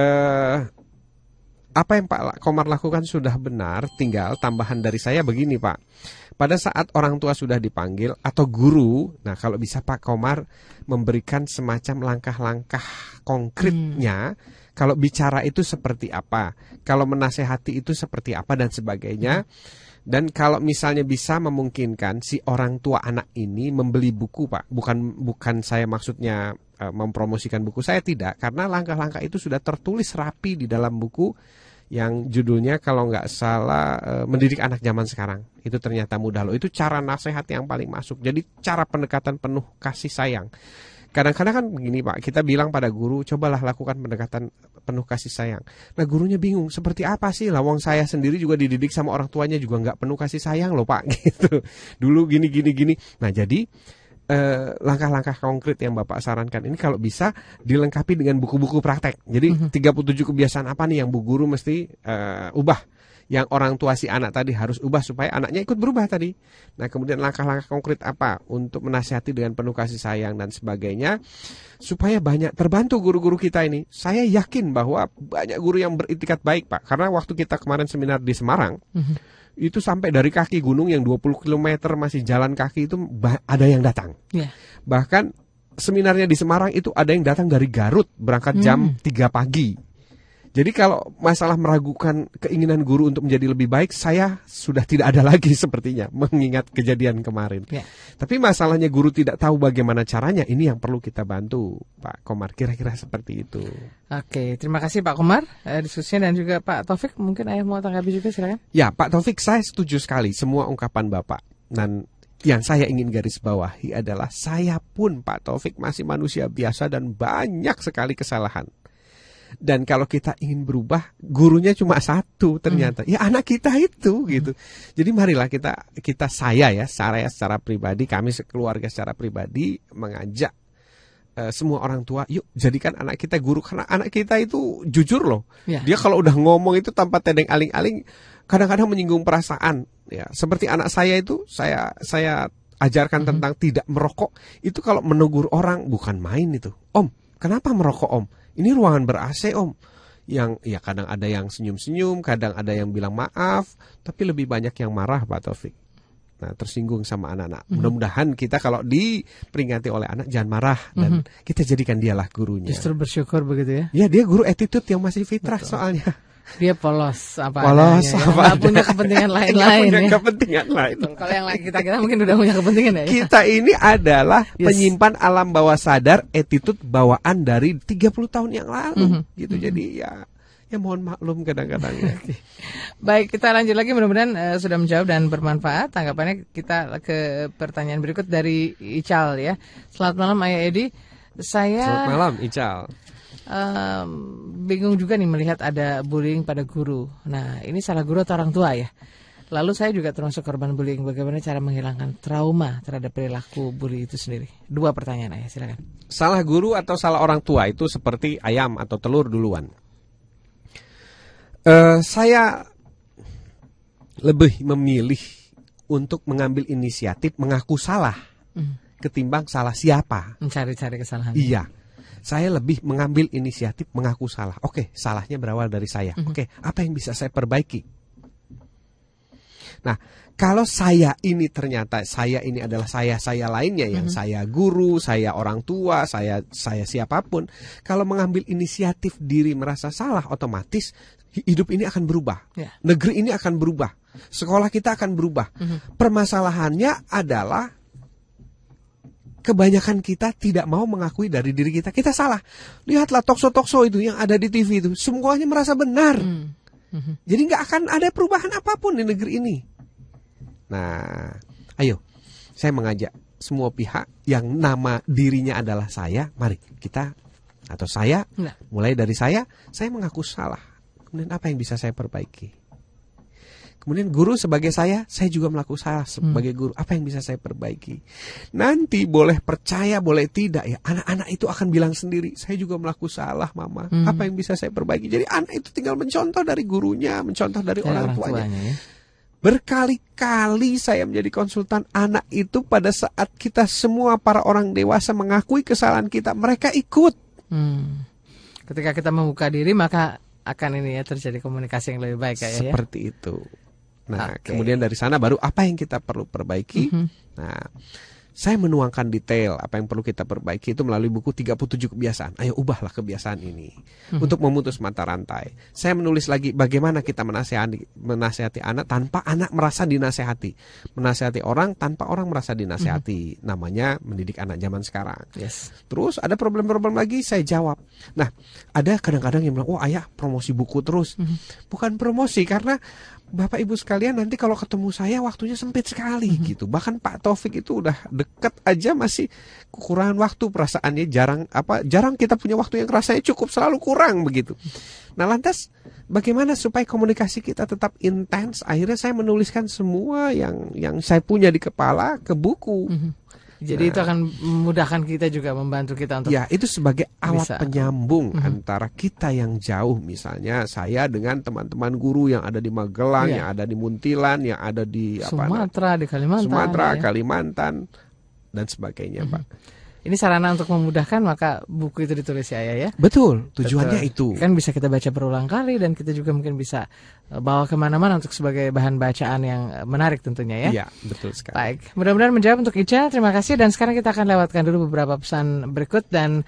apa yang Pak Komar lakukan sudah benar, tinggal tambahan dari saya begini Pak. Pada saat orang tua sudah dipanggil atau guru, nah kalau bisa Pak Komar memberikan semacam langkah-langkah konkretnya, kalau bicara itu seperti apa, kalau menasehati itu seperti apa dan sebagainya. Dan kalau misalnya bisa memungkinkan si orang tua anak ini membeli buku Pak, bukan saya maksudnya mempromosikan buku, saya tidak, karena langkah-langkah itu sudah tertulis rapi di dalam buku yang judulnya kalau nggak salah mendidik anak zaman sekarang. Itu ternyata mudah loh. Itu cara nasihat yang paling masuk. Jadi cara pendekatan penuh kasih sayang. Kadang-kadang kan begini Pak, kita bilang pada guru, cobalah lakukan pendekatan penuh kasih sayang. Nah gurunya bingung, seperti apa sih? Lawang saya sendiri juga dididik sama orang tuanya juga nggak penuh kasih sayang loh Pak, gitu. Dulu gini. Nah jadi langkah-langkah konkret yang Bapak sarankan ini kalau bisa dilengkapi dengan buku-buku praktek. Jadi 37 kebiasaan apa nih yang Bu Guru mesti ubah, yang orang tua si anak tadi harus ubah supaya anaknya ikut berubah tadi. Nah kemudian langkah-langkah konkret apa untuk menasihati dengan penuh kasih sayang dan sebagainya, supaya banyak terbantu guru-guru kita ini. Saya yakin bahwa banyak guru yang beritikat baik Pak, karena waktu kita kemarin seminar di Semarang, itu sampai dari kaki gunung yang 20 km masih jalan kaki itu ada yang datang. Bahkan seminarnya di Semarang itu ada yang datang dari Garut, berangkat jam 3 pagi. Jadi kalau masalah meragukan keinginan guru untuk menjadi lebih baik, saya sudah tidak ada lagi sepertinya mengingat kejadian kemarin. Tapi masalahnya guru tidak tahu bagaimana caranya, ini yang perlu kita bantu Pak Komar, kira-kira seperti itu. Oke, terima kasih Pak Komar diskusinya, dan juga Pak Taufik, mungkin Ayah mau tanggapi juga, silakan. Ya Pak Taufik, saya setuju sekali semua ungkapan Bapak. Dan yang saya ingin garis bawahi adalah saya pun Pak Taufik masih manusia biasa dan banyak sekali kesalahan. Dan kalau kita ingin berubah, gurunya cuma satu ternyata, ya anak kita itu gitu. Jadi marilah saya secara pribadi, kami sekeluarga secara pribadi mengajak semua orang tua, yuk jadikan anak kita guru, karena anak kita itu jujur loh. Dia kalau udah ngomong itu tanpa tedeng aling-aling, kadang-kadang menyinggung perasaan. Ya, seperti anak saya itu, saya ajarkan tentang tidak merokok. Itu kalau menegur orang bukan main itu. Om, kenapa merokok Om? Ini ruangan ber-AC Om. Yang ya kadang ada yang senyum-senyum, kadang ada yang bilang maaf, tapi lebih banyak yang marah Pak Taufik. Nah, tersinggung sama anak-anak. Mudah-mudahan kita kalau diperingati oleh anak jangan marah dan kita jadikan dialah gurunya. Justru bersyukur begitu ya. Ya, dia guru attitude yang masih fitrah. Betul. Soalnya. Dia polos apa adanya, nggak punya kepentingan lain-lain. Kepentingan lain. Kalau yang lain kita mungkin udah punya kepentingan ya. Kita ini adalah penyimpan alam bawah sadar, attitude bawaan dari 30 tahun yang lalu, gitu. Jadi ya mohon maklum kadang-kadang ya. Baik, kita lanjut lagi, mudah-mudahan sudah menjawab dan bermanfaat tanggapannya. Kita ke pertanyaan berikut dari Ical ya. Selamat malam Ayah Edi. Selamat malam Ical. Bingung juga nih melihat ada bullying pada guru. Nah, ini salah guru atau orang tua ya? Lalu saya juga termasuk korban bullying. Bagaimana cara menghilangkan trauma terhadap perilaku bully itu sendiri? 2 pertanyaan Ayah, silakan. Salah guru atau salah orang tua itu seperti ayam atau telur duluan. Saya lebih memilih untuk mengambil inisiatif mengaku salah ketimbang salah siapa. Mencari-cari kesalahan. Iya. Saya lebih mengambil inisiatif mengaku salah. Oke, salahnya berawal dari saya. Oke, apa yang bisa saya perbaiki? Nah, kalau saya ini ternyata saya ini adalah saya lainnya yang saya guru, saya orang tua, saya siapapun. Kalau mengambil inisiatif diri merasa salah, otomatis hidup ini akan berubah. Negeri ini akan berubah. Sekolah kita akan berubah. Permasalahannya adalah kebanyakan kita tidak mau mengakui dari diri kita salah. Lihatlah talkshow itu yang ada di TV itu, semuanya merasa benar. Jadi nggak akan ada perubahan apapun di negeri ini. Nah, ayo, saya mengajak semua pihak yang nama dirinya adalah saya, mari kita atau saya, mulai dari saya mengaku salah. Kemudian apa yang bisa saya perbaiki? Kemudian guru sebagai saya juga melakukan salah sebagai guru. Apa yang bisa saya perbaiki? Nanti boleh percaya, boleh tidak ya. Anak-anak itu akan bilang sendiri, saya juga melakukan salah Mama. Apa yang bisa saya perbaiki? Jadi anak itu tinggal mencontoh dari gurunya, mencontoh dari orang tuanya. Ya. Berkali-kali saya menjadi konsultan anak itu pada saat kita semua para orang dewasa mengakui kesalahan kita, mereka ikut. Ketika kita membuka diri maka akan ini ya terjadi komunikasi yang lebih baik kayak seperti itu. Nah, kemudian dari sana baru apa yang kita perlu perbaiki. Nah, Saya menuangkan detail apa yang perlu kita perbaiki itu melalui buku 37 kebiasaan. Ayo ubahlah kebiasaan ini untuk memutus mata rantai. Saya menulis lagi bagaimana kita menasehati anak tanpa anak merasa dinasehati. Menasehati orang tanpa orang merasa dinasehati. Namanya mendidik anak zaman sekarang. Yes. Terus ada problem-problem lagi saya jawab. Nah, ada kadang-kadang yang bilang, "Oh, ayah promosi buku terus." Bukan promosi, karena Bapak Ibu sekalian nanti kalau ketemu saya waktunya sempit sekali gitu. Bahkan Pak Taufik itu udah deket aja masih kekurangan waktu, perasaannya jarang kita punya waktu yang rasanya cukup, selalu kurang begitu. Nah, lantas bagaimana supaya komunikasi kita tetap intens? Akhirnya saya menuliskan semua yang saya punya di kepala ke buku. Jadi itu akan memudahkan kita juga, membantu kita untuk... Ya, itu sebagai alat penyambung antara kita yang jauh. Misalnya saya dengan teman-teman guru yang ada di Magelang, yang ada di Muntilan, yang ada di Sumatera, di Kalimantan. Kalimantan, dan sebagainya, Pak. Ini sarana untuk memudahkan, maka buku itu ditulis ya, Ayah ya? Betul, tujuannya itu. Kan bisa kita baca berulang kali dan kita juga mungkin bisa bawa kemana-mana untuk sebagai bahan bacaan yang menarik tentunya ya. Iya, betul sekali. Baik, mudah-mudahan menjawab untuk Ica. Terima kasih, dan sekarang kita akan lewatkan dulu beberapa pesan berikut dan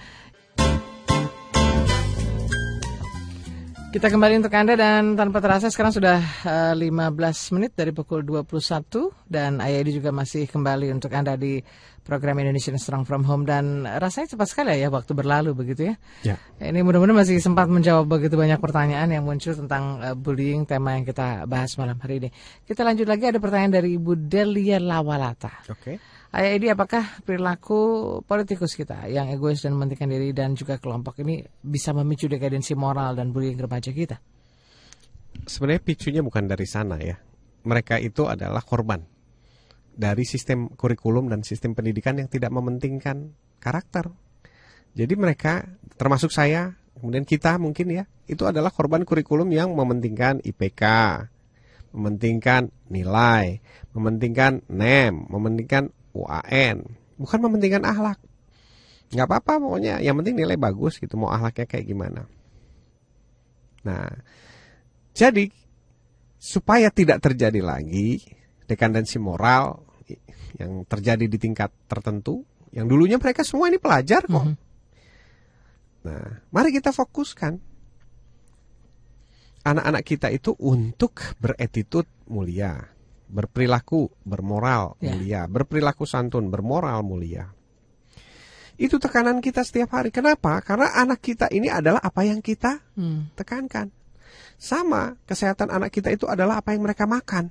kita kembali untuk Anda, dan tanpa terasa sekarang sudah 15 menit dari pukul 21 dan Ayah Edi juga masih kembali untuk Anda di program Indonesian Strong From Home, dan rasanya cepat sekali ya waktu berlalu begitu ya. Ya. Ini mudah-mudahan masih sempat menjawab begitu banyak pertanyaan yang muncul tentang bullying, tema yang kita bahas malam hari ini. Kita lanjut lagi, ada pertanyaan dari Ibu Delia Lawalata. Oke. Ayah Edi, apakah perilaku politikus kita yang egois dan mementingkan diri dan juga kelompok ini bisa memicu dekadensi moral dan bullying remaja kita? Sebenarnya picunya bukan dari sana ya. Mereka itu adalah korban dari sistem kurikulum dan sistem pendidikan yang tidak mementingkan karakter. Jadi mereka, termasuk saya, kemudian kita mungkin ya, itu adalah korban kurikulum yang mementingkan IPK, mementingkan nilai, mementingkan NEM, mementingkan UAN, bukan mementingkan akhlak. Nggak apa-apa pokoknya, yang penting nilai bagus gitu, mau akhlaknya kayak gimana. Nah, jadi supaya tidak terjadi lagi dekadensi moral yang terjadi di tingkat tertentu, yang dulunya mereka semua ini pelajar kok. Nah, mari kita fokuskan anak-anak kita itu untuk beretitut mulia, berperilaku bermoral mulia, berperilaku santun, bermoral mulia. Itu tekanan kita setiap hari. Kenapa? Karena anak kita ini adalah apa yang kita tekankan. Sama, kesehatan anak kita itu adalah apa yang mereka makan.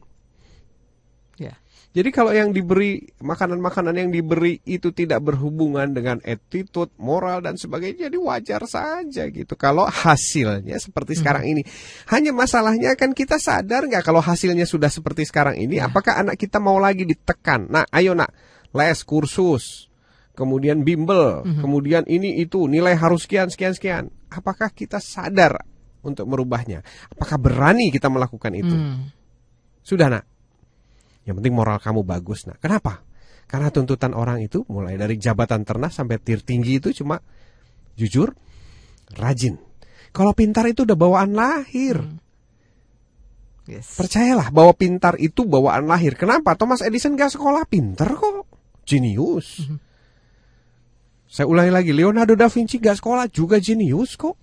Jadi kalau yang diberi, makanan-makanan yang diberi itu tidak berhubungan dengan attitude, moral, dan sebagainya, jadi wajar saja gitu. Kalau hasilnya seperti sekarang ini. Hanya masalahnya kan kita sadar nggak kalau hasilnya sudah seperti sekarang ini, apakah anak kita mau lagi ditekan? Nah, ayo nak, les, kursus, kemudian bimbel, kemudian ini itu, nilai harus sekian. Apakah kita sadar untuk merubahnya? Apakah berani kita melakukan itu? Sudah nak. Yang penting moral kamu bagus. Nah, kenapa? Karena tuntutan orang itu mulai dari jabatan terendah sampai tertinggi itu cuma jujur, rajin. Kalau pintar itu udah bawaan lahir. Percayalah bahwa pintar itu bawaan lahir. Kenapa? Thomas Edison gak sekolah, pintar kok. Jenius. Saya ulangi lagi, Leonardo da Vinci gak sekolah juga jenius kok.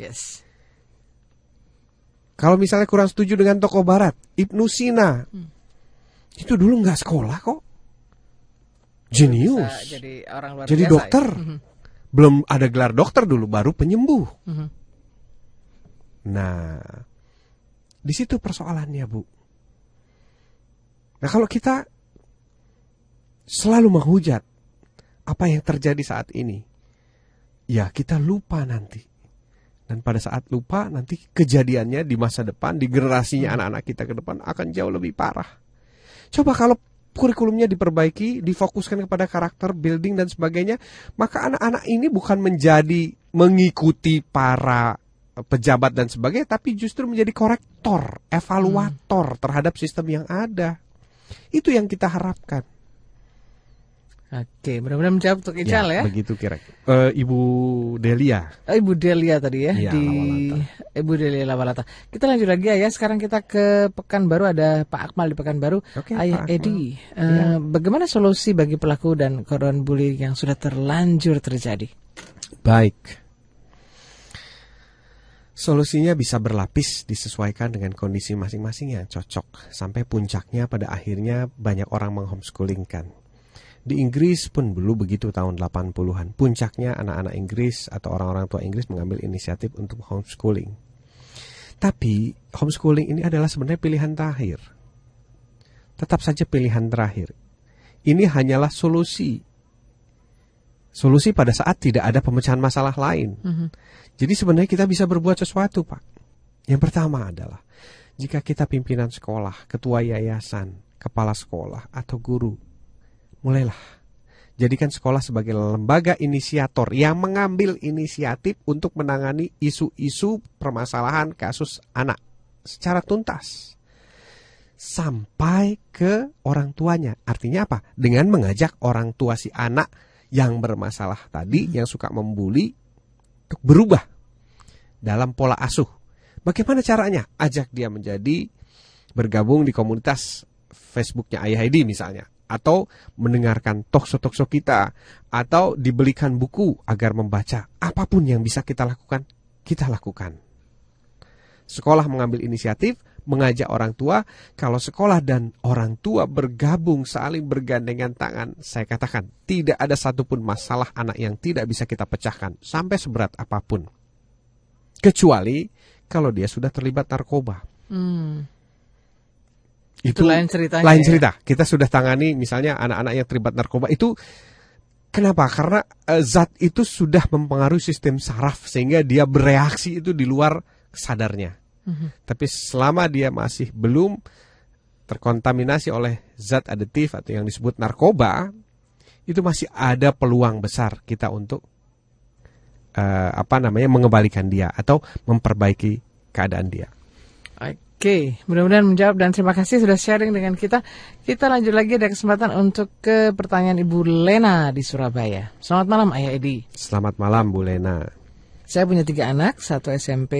Kalau misalnya kurang setuju dengan tokoh barat, Ibnu Sina, itu dulu nggak sekolah kok, jenius, jadi dokter, belum ada gelar dokter dulu, baru penyembuh. Nah, di situ persoalannya, Bu. Nah, kalau kita selalu menghujat apa yang terjadi saat ini, ya kita lupa nanti. Dan pada saat lupa, nanti kejadiannya di masa depan, di generasinya anak-anak kita ke depan akan jauh lebih parah. Coba kalau kurikulumnya diperbaiki, difokuskan kepada karakter, building dan sebagainya, maka anak-anak ini bukan menjadi mengikuti para pejabat dan sebagainya, tapi justru menjadi korektor, evaluator terhadap sistem yang ada. Itu yang kita harapkan. Oke, mudah-mudahan menjawab untuk Ical ya. Begitu Ibu Delia. Ibu Delia tadi ya, di Lawalata. Ibu Delia Lawalata. Kita lanjut lagi ya. Sekarang kita ke Pekanbaru, ada Pak Akmal di Pekanbaru. Ayah Edi, bagaimana solusi bagi pelaku dan korban bully yang sudah terlanjur terjadi? Baik. Solusinya bisa berlapis, disesuaikan dengan kondisi masing-masing yang cocok. Sampai puncaknya pada akhirnya banyak orang menghomeschooling-kan. Di Inggris pun dulu begitu tahun 80-an. Puncaknya anak-anak Inggris atau orang-orang tua Inggris mengambil inisiatif untuk homeschooling. Tapi homeschooling ini adalah sebenarnya pilihan terakhir. Tetap saja pilihan terakhir. Ini hanyalah solusi. Solusi pada saat tidak ada pemecahan masalah lain. Jadi sebenarnya kita bisa berbuat sesuatu, Pak. Yang pertama adalah jika kita pimpinan sekolah, ketua yayasan, kepala sekolah, atau guru, mulailah jadikan sekolah sebagai lembaga inisiator yang mengambil inisiatif untuk menangani isu-isu permasalahan kasus anak secara tuntas sampai ke orang tuanya. Artinya apa? Dengan mengajak orang tua si anak yang bermasalah tadi, yang suka membuli, untuk berubah dalam pola asuh. Bagaimana caranya? Ajak dia bergabung di komunitas Facebooknya Ayah Edi misalnya, atau mendengarkan talkshow kita, atau dibelikan buku agar membaca. Apapun yang bisa kita lakukan, kita lakukan. Sekolah mengambil inisiatif, mengajak orang tua. Kalau sekolah dan orang tua bergabung, saling bergandengan tangan, saya katakan tidak ada satupun masalah anak yang tidak bisa kita pecahkan sampai seberat apapun. Kecuali kalau dia sudah terlibat narkoba. Itu lain ceritanya. Lain cerita. Kita sudah tangani misalnya anak-anak yang terlibat narkoba itu. Kenapa? Karena zat itu sudah mempengaruhi sistem saraf sehingga dia bereaksi itu di luar sadarnya. Tapi selama dia masih belum terkontaminasi oleh zat aditif atau yang disebut narkoba, itu masih ada peluang besar kita untuk mengembalikan dia atau memperbaiki keadaan dia. Oke, mudah-mudahan menjawab dan terima kasih sudah sharing dengan kita. Kita lanjut lagi, ada kesempatan untuk ke pertanyaan Ibu Lena di Surabaya. Selamat malam Ayah Edi. Selamat malam Bu Lena. Saya punya 3 anak, satu SMP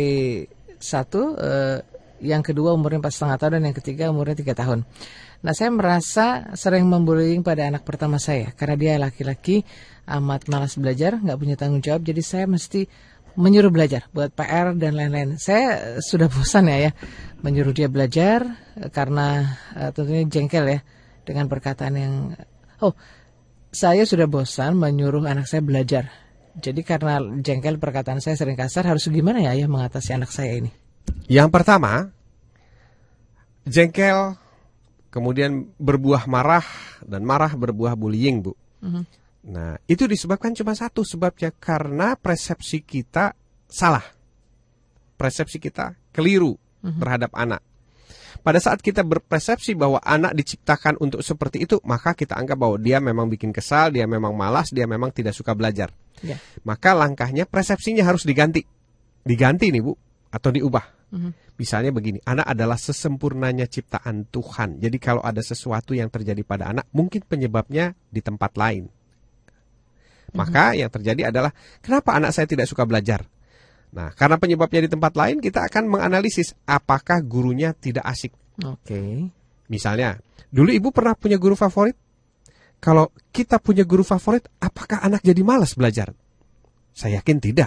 1, yang kedua umurnya 4,5 tahun dan yang ketiga umurnya 3 tahun. Nah, saya merasa sering membullying pada anak pertama saya karena dia laki-laki, amat malas belajar, nggak punya tanggung jawab, jadi saya mesti menyuruh belajar buat PR dan lain-lain. Saya sudah bosan ya menyuruh dia belajar karena tentunya jengkel ya dengan perkataan yang saya sudah bosan menyuruh anak saya belajar. Jadi karena jengkel perkataan saya sering kasar, harus gimana ya ayah mengatasi anak saya ini? Yang pertama, jengkel kemudian berbuah marah dan marah berbuah bullying, Bu. Nah, itu disebabkan cuma satu sebabnya, karena persepsi kita salah. Persepsi kita keliru terhadap anak. Pada saat kita berpersepsi bahwa anak diciptakan untuk seperti itu, maka kita anggap bahwa dia memang bikin kesal, dia memang malas, dia memang tidak suka belajar. Maka langkahnya persepsinya harus diganti. Diganti nih Bu, atau diubah. Misalnya begini, anak adalah sesempurnanya ciptaan Tuhan. Jadi kalau ada sesuatu yang terjadi pada anak, mungkin penyebabnya di tempat lain. Maka yang terjadi adalah, kenapa anak saya tidak suka belajar? Nah, karena penyebabnya di tempat lain, kita akan menganalisis apakah gurunya tidak asik. Misalnya, dulu ibu pernah punya guru favorit? Kalau kita punya guru favorit, apakah anak jadi malas belajar? Saya yakin tidak.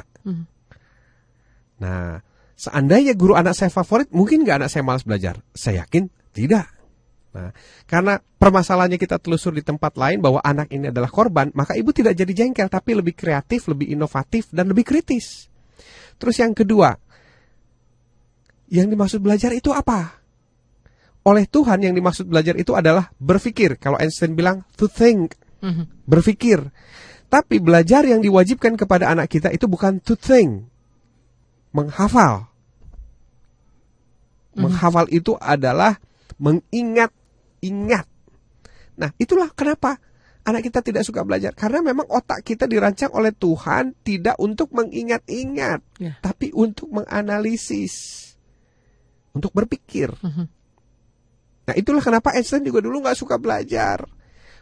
Nah, seandainya guru anak saya favorit, mungkin nggak anak saya malas belajar? Saya yakin tidak. Nah, karena permasalahannya kita telusur di tempat lain bahwa anak ini adalah korban, maka ibu tidak jadi jengkel, tapi lebih kreatif, lebih inovatif, dan lebih kritis. Terus yang kedua, yang dimaksud belajar itu apa? Oleh Tuhan yang dimaksud belajar itu adalah berpikir. Kalau Einstein bilang to think, berpikir. Tapi belajar yang diwajibkan kepada anak kita itu bukan to think, menghafal. Menghafal itu adalah mengingat-ingat. Nah, itulah kenapa anak kita tidak suka belajar. Karena memang otak kita dirancang oleh Tuhan tidak untuk mengingat-ingat, tapi untuk menganalisis, untuk berpikir. Nah, itulah kenapa Einstein juga dulu gak suka belajar.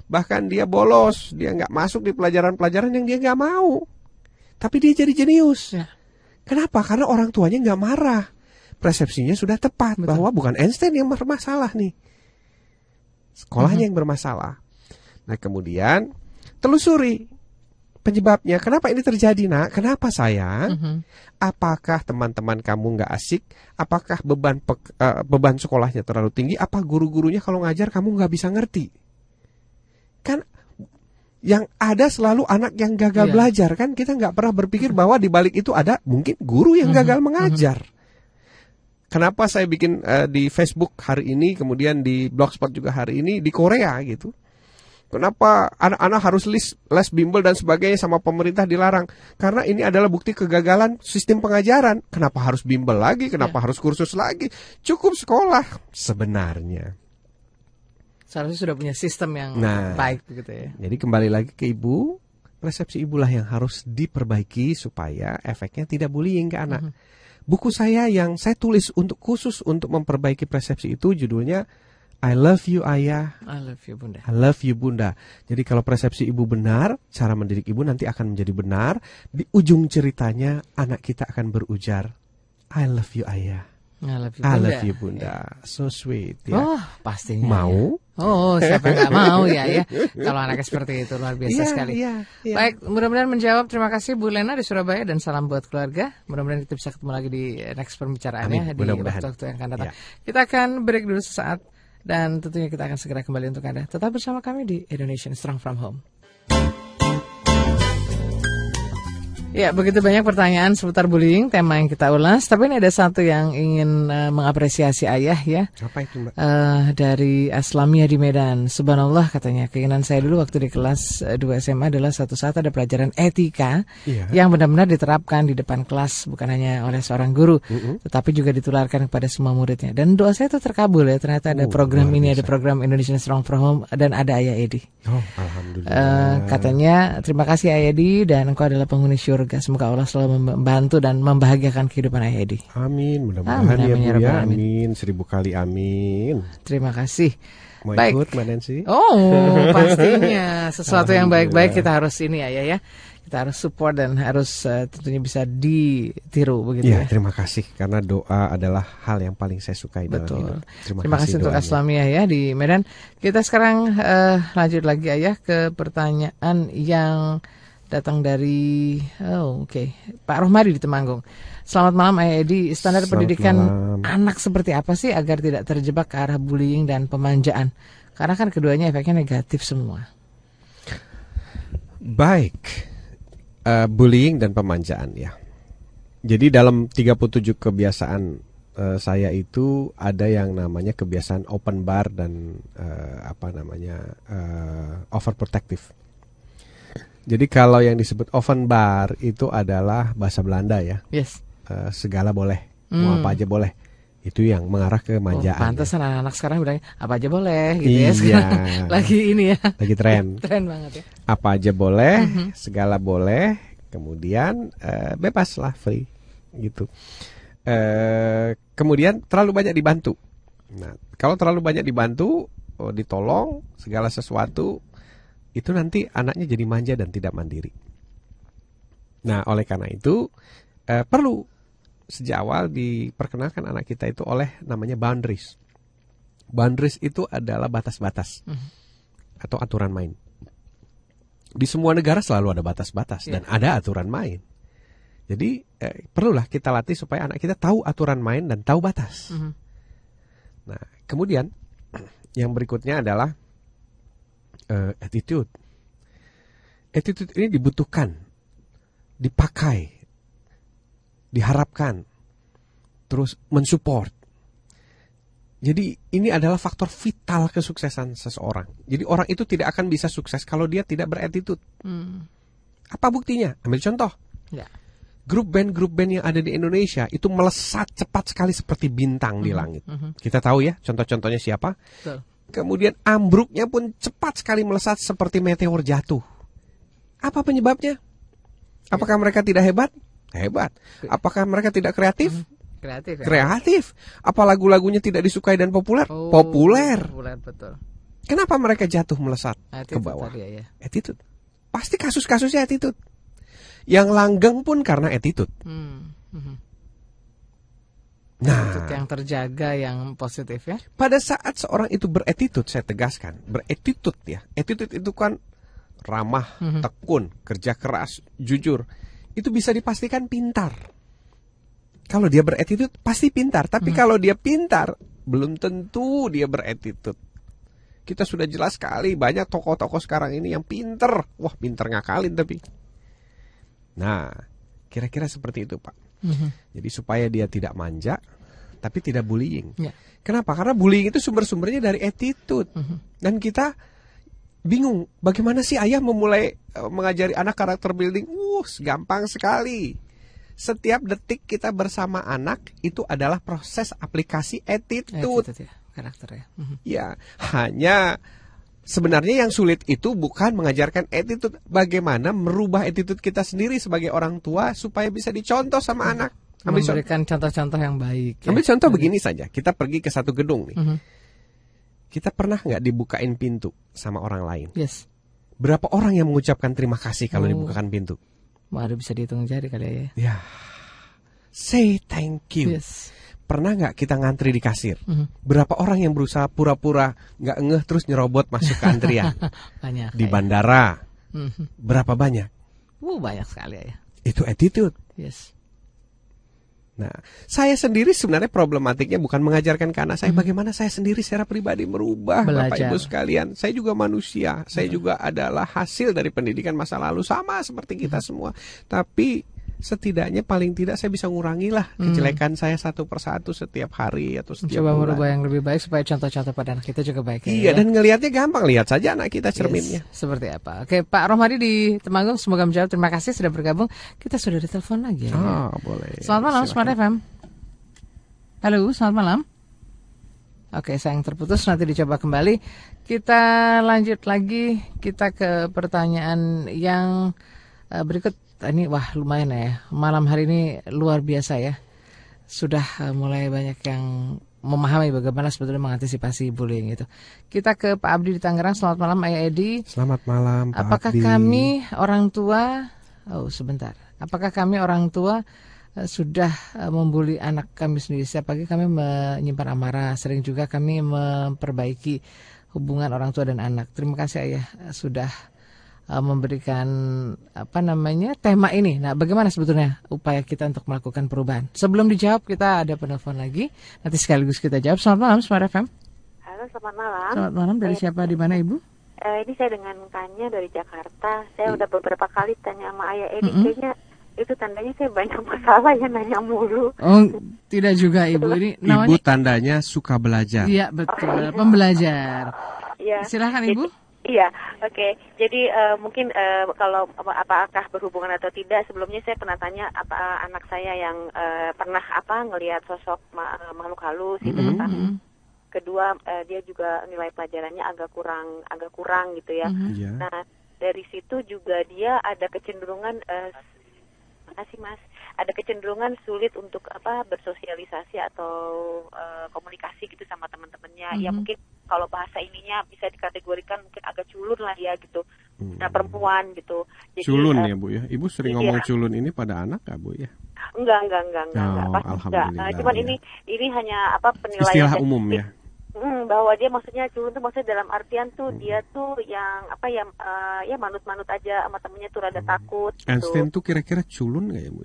Bahkan dia bolos, dia nggak masuk di pelajaran-pelajaran yang dia nggak mau. Tapi dia jadi jenius. Ya. Kenapa? Karena orang tuanya nggak marah. Persepsinya sudah tepat. Betul. Bahwa bukan Einstein yang bermasalah nih. Sekolahnya yang bermasalah. Nah kemudian telusuri penyebabnya. Kenapa ini terjadi, nak? Kenapa, sayang? Apakah teman-teman kamu nggak asik? Apakah beban sekolahnya terlalu tinggi? Apa guru-gurunya kalau ngajar kamu nggak bisa ngerti? Kan yang ada selalu anak yang gagal belajar. Kan kita nggak pernah berpikir bahwa di balik itu ada mungkin guru yang gagal mengajar. Kenapa saya bikin di Facebook hari ini, kemudian di Blogspot juga hari ini, di Korea gitu. Kenapa anak-anak harus les bimbel dan sebagainya sama pemerintah dilarang? Karena ini adalah bukti kegagalan sistem pengajaran. Kenapa harus bimbel lagi? Kenapa harus kursus lagi? Cukup sekolah sebenarnya. Seharusnya sudah punya sistem yang baik begitu ya. Jadi kembali lagi ke ibu, persepsi ibulah yang harus diperbaiki supaya efeknya tidak bullying ke anak. Buku saya yang saya tulis khusus untuk memperbaiki persepsi itu judulnya I love you ayah, I love you bunda. I love you bunda. Jadi kalau persepsi ibu benar, cara mendidik ibu nanti akan menjadi benar. Di ujung ceritanya anak kita akan berujar I love you ayah, I love you bunda. So sweet ya. Oh pastinya. Mau? Oh siapa nggak mau ya. Kalau anaknya seperti itu luar biasa sekali. Baik, mudah-mudahan menjawab. Terima kasih Bu Lena di Surabaya dan salam buat keluarga. Mudah-mudahan kita bisa ketemu lagi di next perbicaraannya di waktu-waktu yang akan datang. Kita akan break dulu sesaat dan tentunya kita akan segera kembali untuk Anda. Tetap bersama kami di Indonesian Strong From Home. Ya, begitu banyak pertanyaan seputar bullying, tema yang kita ulas. Tapi ini ada satu yang ingin mengapresiasi ayah ya. Apa itu, Mbak? Dari Aslamia di Medan. Subhanallah katanya, keinginan saya dulu waktu di kelas 2 SMA adalah suatu saat ada pelajaran etika yang benar-benar diterapkan di depan kelas, bukan hanya oleh seorang guru, tetapi juga ditularkan kepada semua muridnya. Dan doa saya itu terkabul ya. Ternyata ada program ini, ada program Indonesian Strong From Home dan ada Ayah Edi. Oh, alhamdulillah. Katanya, terima kasih Ayah Edi dan engkau adalah penghuni syurga. Semoga Allah selalu membantu dan membahagiakan kehidupan Ayah Edi. Amin, mudah-mudahan ya Bu ya. Amin, 1000 kali amin. Terima kasih. Mau ikut Mbak Nancy? Oh, pastinya. Sesuatu yang baik-baik kita harus ini ya. Kita harus support dan harus tentunya bisa ditiru begitu ya. Terima kasih karena doa adalah hal yang paling saya sukai dalam hidup. Terima kasih untuk Aslamia ya di Medan. Kita sekarang lanjut lagi Ayah ke pertanyaan yang datang dari Pak Rohmadi di Temanggung. Selamat malam Ayah Edi. Standar pendidikan anak seperti apa sih agar tidak terjebak ke arah bullying dan pemanjaan? Karena kan keduanya efeknya negatif semua. Baik, bullying dan pemanjaan ya. Jadi dalam 37 kebiasaan saya itu ada yang namanya kebiasaan open bar dan overprotective. Jadi kalau yang disebut open bar itu adalah bahasa Belanda ya. Yes. Segala boleh, mau apa aja boleh. Itu yang mengarah ke manjaan. Pantesan anak-anak sekarang bilangnya apa aja boleh gitu ya. Sekarang lagi ini ya. Lagi tren. Tren banget ya. Apa aja boleh, segala boleh, kemudian bebas lah, free gitu. Kemudian terlalu banyak dibantu. Nah, kalau terlalu banyak dibantu, ditolong segala sesuatu, itu nanti anaknya jadi manja dan tidak mandiri. Nah, oleh karena itu perlu sejak awal diperkenalkan anak kita itu oleh namanya boundaries. Boundaries itu adalah batas-batas atau aturan main. Di semua negara selalu ada batas-batas dan ada aturan main. Jadi perlulah kita latih supaya anak kita tahu aturan main dan tahu batas. Nah, kemudian yang berikutnya adalah attitude. Attitude ini dibutuhkan, dipakai, diharapkan, terus mensupport. Jadi ini adalah faktor vital kesuksesan seseorang. Jadi orang itu tidak akan bisa sukses kalau dia tidak berattitude. Apa buktinya? Ambil contoh. Ya. Grup band yang ada di Indonesia itu melesat cepat sekali seperti bintang di langit. Kita tahu ya contoh-contohnya siapa? Betul. Kemudian ambruknya pun cepat sekali melesat seperti meteor jatuh. Apa penyebabnya? Apakah mereka tidak hebat? Hebat. Apakah mereka tidak kreatif? Kreatif. Kreatif. Apa lagu-lagunya tidak disukai dan populer? Populer. Populer, betul. Kenapa mereka jatuh melesat ke bawah? Tadi, ya. Attitude. Pasti kasus-kasusnya attitude. Yang langgeng pun karena attitude. Nah, attitude yang terjaga, yang positif ya. Pada saat seorang itu berattitude, saya tegaskan, berattitude ya. Attitude itu kan ramah, tekun, kerja keras, jujur. Itu bisa dipastikan pintar. Kalau dia berattitude pasti pintar, tapi kalau dia pintar belum tentu dia berattitude. Kita sudah jelas sekali banyak tokoh-tokoh sekarang ini yang pintar. Wah, pintar ngakalin tapi. Nah, kira-kira seperti itu, Pak. Jadi supaya dia tidak manja tapi tidak bullying. Kenapa? Karena bullying itu sumber-sumbernya dari attitude. Dan kita bingung bagaimana sih ayah memulai mengajari anak karakter building. Gampang sekali. Setiap detik kita bersama anak itu adalah proses aplikasi attitude. Ya, karakter ya. Ya, hanya sebenarnya yang sulit itu bukan mengajarkan attitude, bagaimana merubah attitude kita sendiri sebagai orang tua supaya bisa dicontoh sama anak. Memberikan contoh-contoh yang baik. Ambil contoh begini saja, kita pergi ke satu gedung nih. Kita pernah nggak dibukain pintu sama orang lain? Yes. Berapa orang yang mengucapkan terima kasih kalau dibukakan pintu? Ada bisa dihitung jari kali ya. Ya, say thank you. Yes. Pernah nggak kita ngantri di kasir? Berapa orang yang berusaha pura-pura nggak ngeh terus nyerobot masuk ke antrian? Banyak. Di bandara. Berapa banyak? Banyak sekali ya. Itu attitude. Yes. Nah, saya sendiri sebenarnya problematiknya bukan mengajarkan ke anak saya bagaimana saya sendiri secara pribadi merubah. Belajar. Bapak Ibu sekalian. Saya juga manusia. Saya juga adalah hasil dari pendidikan masa lalu sama seperti kita semua. Tapi setidaknya paling tidak saya bisa ngurangilah kejelekan saya satu persatu setiap hari atau setiap bulan. Merubah yang lebih baik supaya contoh-contoh pada anak kita juga baik. Iya, dan ngelihatnya gampang, lihat saja anak kita cerminnya. Seperti apa? Oke, Pak Romadi di Temanggung, semoga menjawab. Terima kasih sudah bergabung. Kita sudah ditelepon lagi ya. Boleh. Selamat malam, Smart FM. Halo, selamat malam. Oke, sayang terputus, nanti dicoba kembali. Kita lanjut lagi, kita ke pertanyaan yang berikut. Ini lumayan ya. Malam hari ini luar biasa ya. Sudah mulai banyak yang memahami bagaimana sebetulnya mengantisipasi bullying itu. Kita ke Pak Abdi di Tangerang. Selamat malam, Ayah Edi. Selamat malam, Pak Apakah Abdi. kami orang tua? Apakah kami orang tua sudah membuli anak kami sendiri? Setiap pagi kami menyimpan amarah. Sering juga kami memperbaiki hubungan orang tua dan anak. Terima kasih Ayah sudah memberikan tema ini. Nah, bagaimana sebetulnya upaya kita untuk melakukan perubahan? Sebelum dijawab, kita ada penelpon lagi. Nanti sekaligus kita jawab. Selamat malam, Smart FM. Halo, selamat malam. Selamat malam. Dari siapa, di mana Ibu? Ini saya dengan Kanya dari Jakarta. Saya udah beberapa kali tanya sama Ayah Edi. Kayaknya itu tandanya saya banyak masalah ya, nanya mulu. Tidak juga Ibu. Ini namanya... Ibu tandanya suka belajar. Iya, betul. Pembelajar. Iya. Silakan Ibu. Iya, oke. Jadi mungkin kalau apakah berhubungan atau tidak, sebelumnya saya pernah tanya apa anak saya yang pernah ngelihat sosok makhluk halus itu pertama. Kedua, dia juga nilai pelajarannya agak kurang gitu ya. Nah, dari situ juga dia ada kecenderungan makasih Mas. Ada kecenderungan sulit untuk bersosialisasi atau komunikasi gitu sama teman-temannya. Ya mungkin kalau bahasa ininya bisa dikategorikan mungkin agak culun lah ya gitu. Nah, perempuan gitu. Jadi, culun ya Bu ya. Ibu sering ngomong culun ini pada anak nggak Bu ya? Enggak. Pasti enggak. Cuman ya. ini hanya penilaian istilah umum ya. Bahwa dia maksudnya culun tuh maksudnya dalam artian tuh dia tuh yang ya manut-manut aja sama temennya tuh rada takut gitu. Einstein tuh kira-kira culun nggak ya Bu?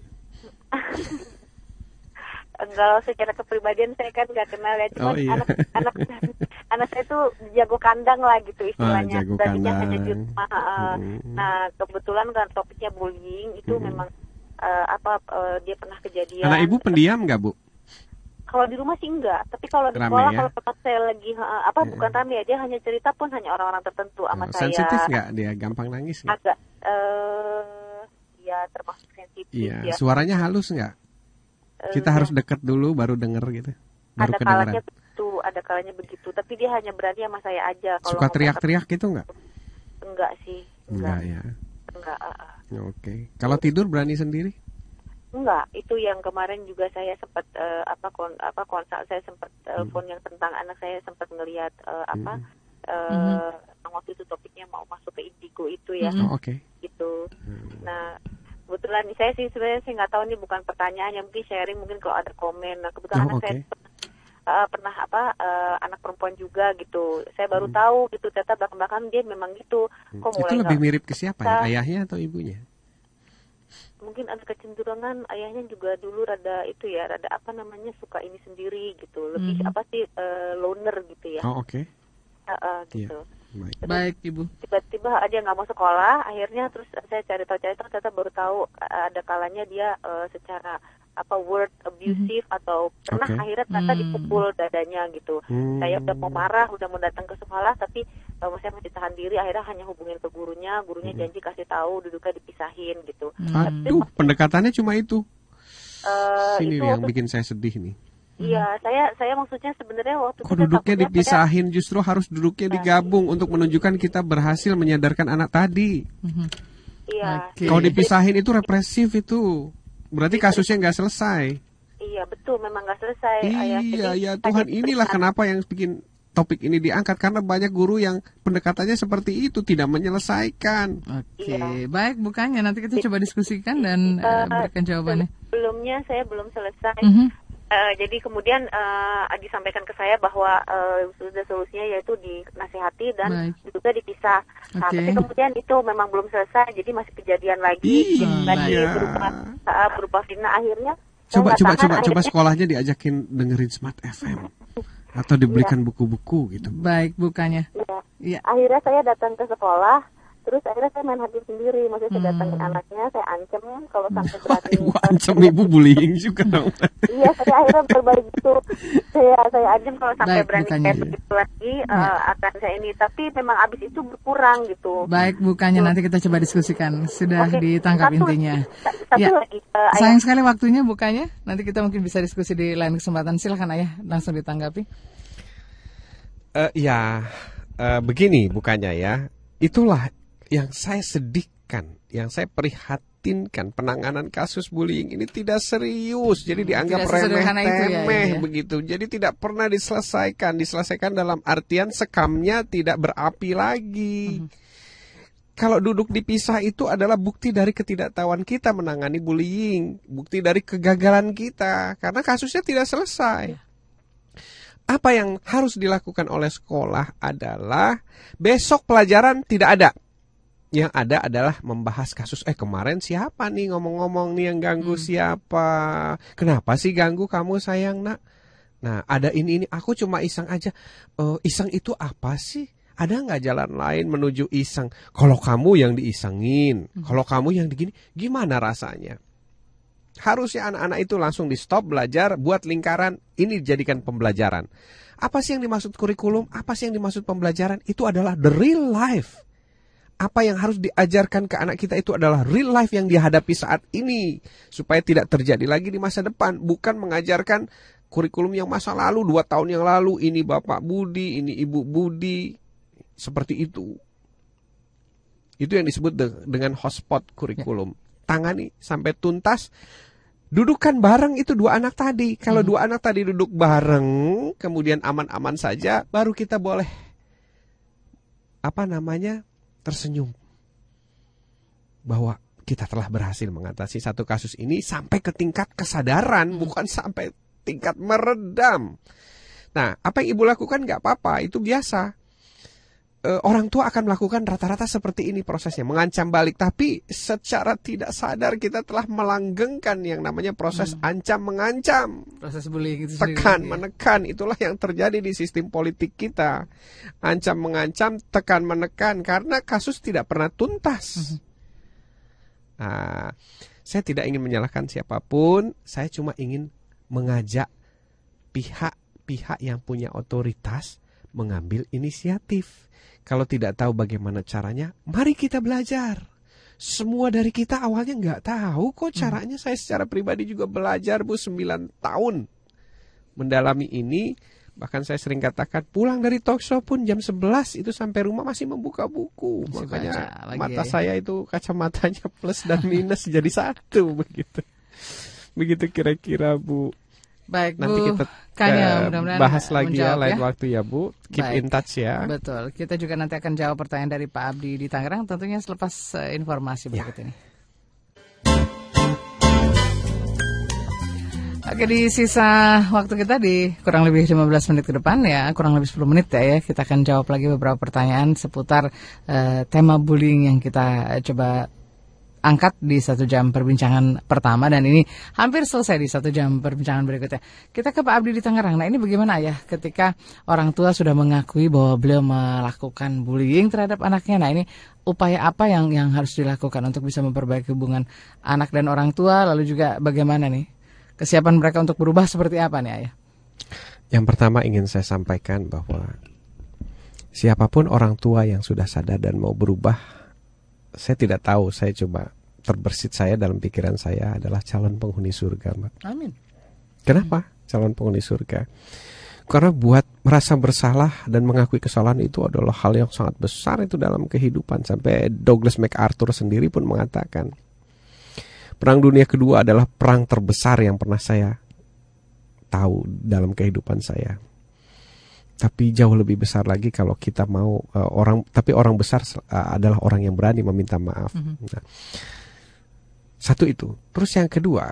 Enggak, secara kepribadian saya kan nggak kenal ya, cuma anak saya tuh jago kandang lah gitu istilahnya. Jago tadinya kandang. hanya di rumah. Nah, kebetulan kan topiknya bullying itu memang dia pernah kejadian. Anak Ibu pendiam nggak Bu? Kalau di rumah sih enggak, tapi kalau di rame, sekolah ya? kalau tempat saya lagi bukan rame ya, dia hanya cerita pun hanya orang-orang tertentu sama saya. Sensitif nggak dia? Gampang nangis nggak? Agak ya termasuk sensitif Iya, ya. suaranya halus nggak? Kita harus dekat dulu baru denger gitu. Baru ada kalanya begitu, tapi dia hanya berani sama saya aja. Kalau suka teriak-teriak gitu nggak? Enggak sih. Enggak ya. Enggak. Oke. Kalau tidur berani sendiri? Enggak, itu yang kemarin juga saya sempat konsul, saya sempat telepon yang tentang anak saya sempat ngelihat waktu itu topiknya mau masuk ke indigo itu ya. Gitu. Nah, kebetulan saya sih sebenarnya saya nggak tahu, ini bukan pertanyaan, yang mungkin sharing, mungkin kalau ada komen. Nah, kebetulan anak saya pernah anak perempuan juga gitu. Saya baru tahu gitu, ternyata belakang-belakang dia memang gitu. Kok mulai itu lebih mirip ke siapa ya? Ayahnya atau ibunya? Mungkin ada kecenderungan ayahnya juga dulu rada suka ini sendiri gitu. Lebih loner gitu ya. Gitu. Baik, Ibu. Tiba-tiba aja nggak mau sekolah, akhirnya terus saya cari tahu ternyata baru tahu ada kalanya dia secara word abusive atau pernah akhirnya ternyata dipukul dadanya gitu. Saya udah mau marah, udah mau datang ke sekolah, tapi saya masih tahan diri, akhirnya hanya hubungin ke gurunya janji kasih tahu, duduknya dipisahin gitu. Aduh, pendekatannya cuma itu. Ini yang bikin saya sedih nih. Iya, saya maksudnya sebenarnya waktu kok duduknya dipisahin, justru harus duduknya digabung untuk menunjukkan kita berhasil menyadarkan anak tadi. Iya. Kalau dipisahin itu represif itu. Berarti kasusnya nggak selesai. Iya, betul, memang nggak selesai. Iya, Tuhan, inilah kenapa yang bikin topik ini diangkat, karena banyak guru yang pendekatannya seperti itu, tidak menyelesaikan. Baik, bukannya nanti kita coba diskusikan dan berikan jawabannya. Sebelumnya saya belum selesai. Jadi kemudian disampaikan ke saya bahwa sudah solusinya yaitu dinasihati dan juga dipisah. Nah, tapi kemudian itu memang belum selesai, jadi masih kejadian lagi, berupa fitnah. Akhirnya coba sekolahnya diajakin dengerin Smart FM atau diberikan buku-buku gitu. Baik, bukannya. Iya. Akhirnya saya datang ke sekolah. Terus akhirnya saya main hakim sendiri, maksudnya saya datangin anaknya, saya ancam kalau sampai berani. Ibu ancam, ibu bullying juga dong. Iya, saya akhirnya berbalik gitu. Saya ancam kalau sampai berani kayak begitu lagi akan saya ini. Tapi memang abis itu berkurang gitu. Baik, bukannya nanti kita coba diskusikan. Sudah ditangkap intinya. Lagi, sayang sekali waktunya bukannya. Nanti kita mungkin bisa diskusi di lain kesempatan. Silakan Ayah, langsung ditanggapi. Begini bukannya ya. Itulah yang saya sedihkan, yang saya prihatinkan, penanganan kasus bullying ini tidak serius, jadi dianggap remeh-temeh begitu. Jadi tidak pernah diselesaikan dalam artian sekamnya tidak berapi lagi. Kalau duduk dipisah itu adalah bukti dari ketidaktahuan kita menangani bullying, bukti dari kegagalan kita, karena kasusnya tidak selesai. Apa yang harus dilakukan oleh sekolah adalah besok pelajaran tidak ada. Yang ada adalah membahas kasus, kemarin siapa nih ngomong-ngomong nih yang ganggu siapa? Kenapa sih ganggu kamu sayang nak? Nah ada ini aku cuma iseng aja. Iseng itu apa sih? Ada nggak jalan lain menuju iseng? Kalau kamu yang diisengin, kalau kamu yang begini, gimana rasanya? Harusnya anak-anak itu langsung di stop belajar, buat lingkaran, ini dijadikan pembelajaran. Apa sih yang dimaksud kurikulum? Apa sih yang dimaksud pembelajaran? Itu adalah the real life. Apa yang harus diajarkan ke anak kita itu adalah real life yang dihadapi saat ini. Supaya tidak terjadi lagi di masa depan. Bukan mengajarkan kurikulum yang masa lalu, 2 tahun yang lalu. Ini Bapak Budi, ini Ibu Budi. Seperti itu. Itu yang disebut dengan hotspot kurikulum. Tangani sampai tuntas. Dudukkan bareng itu 2 anak tadi. Kalau 2 anak tadi duduk bareng, kemudian aman-aman saja, baru kita boleh tersenyum bahwa kita telah berhasil mengatasi satu kasus ini sampai ke tingkat kesadaran, bukan sampai tingkat meredam. Nah, apa yang ibu lakukan nggak apa-apa, itu biasa. Orang tua akan melakukan rata-rata seperti ini prosesnya, mengancam balik. Tapi secara tidak sadar kita telah melanggengkan yang namanya proses ancam-mengancam. Proses bullying itu tekan, menekan, itulah yang terjadi di sistem politik kita. Ancam-mengancam, tekan-menekan, karena kasus tidak pernah tuntas. Nah, saya tidak ingin menyalahkan siapapun, saya cuma ingin mengajak pihak-pihak yang punya otoritas mengambil inisiatif. Kalau tidak tahu bagaimana caranya, mari kita belajar. Semua dari kita awalnya nggak tahu kok caranya. Saya secara pribadi juga belajar 9 tahun mendalami ini. Bahkan saya sering katakan pulang dari talkshow pun jam 11 itu sampai rumah masih membuka buku. Makanya mata saya itu kacamatanya plus dan minus jadi 1 begitu. Begitu kira-kira Bu. Baik, nanti kita bahas lagi ya lain waktu ya Bu. Keep in touch ya. Betul. Kita juga nanti akan jawab pertanyaan dari Pak Abdi di Tangerang tentunya selepas informasi berikut ini. Oke, di sisa waktu kita di kurang lebih 15 menit ke depan ya, kurang lebih 10 menit ya, kita akan jawab lagi beberapa pertanyaan seputar tema bullying yang kita coba angkat di 1 jam perbincangan pertama, dan ini hampir selesai di 1 jam perbincangan berikutnya. Kita ke Pak Abdi di Tangerang. Nah, ini bagaimana ya ketika orang tua sudah mengakui bahwa beliau melakukan bullying terhadap anaknya. Nah, ini upaya apa yang harus dilakukan untuk bisa memperbaiki hubungan anak dan orang tua, lalu juga bagaimana nih kesiapan mereka untuk berubah seperti apa nih Ayah? Yang pertama ingin saya sampaikan bahwa siapapun orang tua yang sudah sadar dan mau berubah, saya tidak tahu, saya coba terbersit saya dalam pikiran saya adalah calon penghuni surga, Mbak. Amin. Kenapa calon penghuni surga? Karena buat merasa bersalah dan mengakui kesalahan itu adalah hal yang sangat besar itu dalam kehidupan. Sampai Douglas MacArthur sendiri pun mengatakan, Perang Dunia Kedua adalah perang terbesar yang pernah saya tahu dalam kehidupan saya. Tapi jauh lebih besar lagi kalau kita mau orang besar adalah orang yang berani meminta maaf. Nah, satu itu. Terus yang kedua,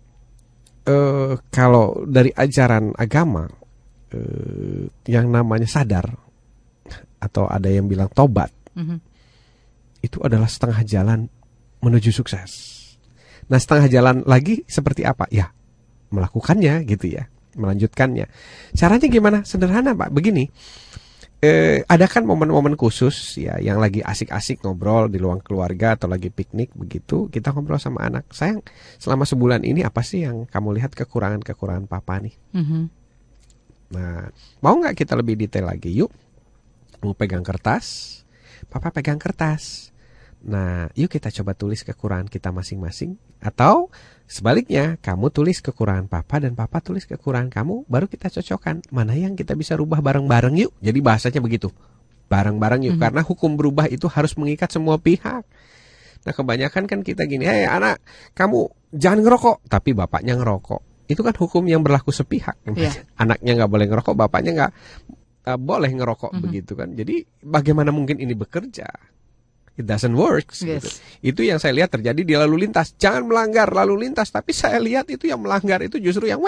kalau dari ajaran agama yang namanya sadar atau ada yang bilang tobat, itu adalah setengah jalan menuju sukses. Nah, setengah jalan lagi seperti apa? Ya, melakukannya gitu ya, melanjutkannya. Caranya gimana? Sederhana, Pak. Begini, adakan momen-momen khusus ya, yang lagi asik-asik ngobrol di ruang keluarga atau lagi piknik begitu, kita ngobrol sama anak. Sayang, selama sebulan ini apa sih yang kamu lihat kekurangan-kekurangan papa nih? Nah, mau nggak kita lebih detail lagi? Yuk, mau pegang kertas, papa pegang kertas. Nah, yuk kita coba tulis kekurangan kita masing-masing. Atau sebaliknya, kamu tulis kekurangan papa dan papa tulis kekurangan kamu, baru kita cocokkan. Mana yang kita bisa rubah bareng-bareng yuk. Jadi bahasanya begitu, bareng-bareng yuk. Karena hukum berubah itu harus mengikat semua pihak. Nah, kebanyakan kan kita gini, anak, kamu jangan ngerokok, tapi bapaknya ngerokok. Itu kan hukum yang berlaku sepihak. Anaknya nggak boleh ngerokok, bapaknya nggak boleh ngerokok, begitu kan. Jadi bagaimana mungkin ini bekerja? It doesn't work. Gitu. Itu yang saya lihat terjadi di lalu lintas. Jangan melanggar lalu lintas, tapi saya lihat itu yang melanggar itu justru yang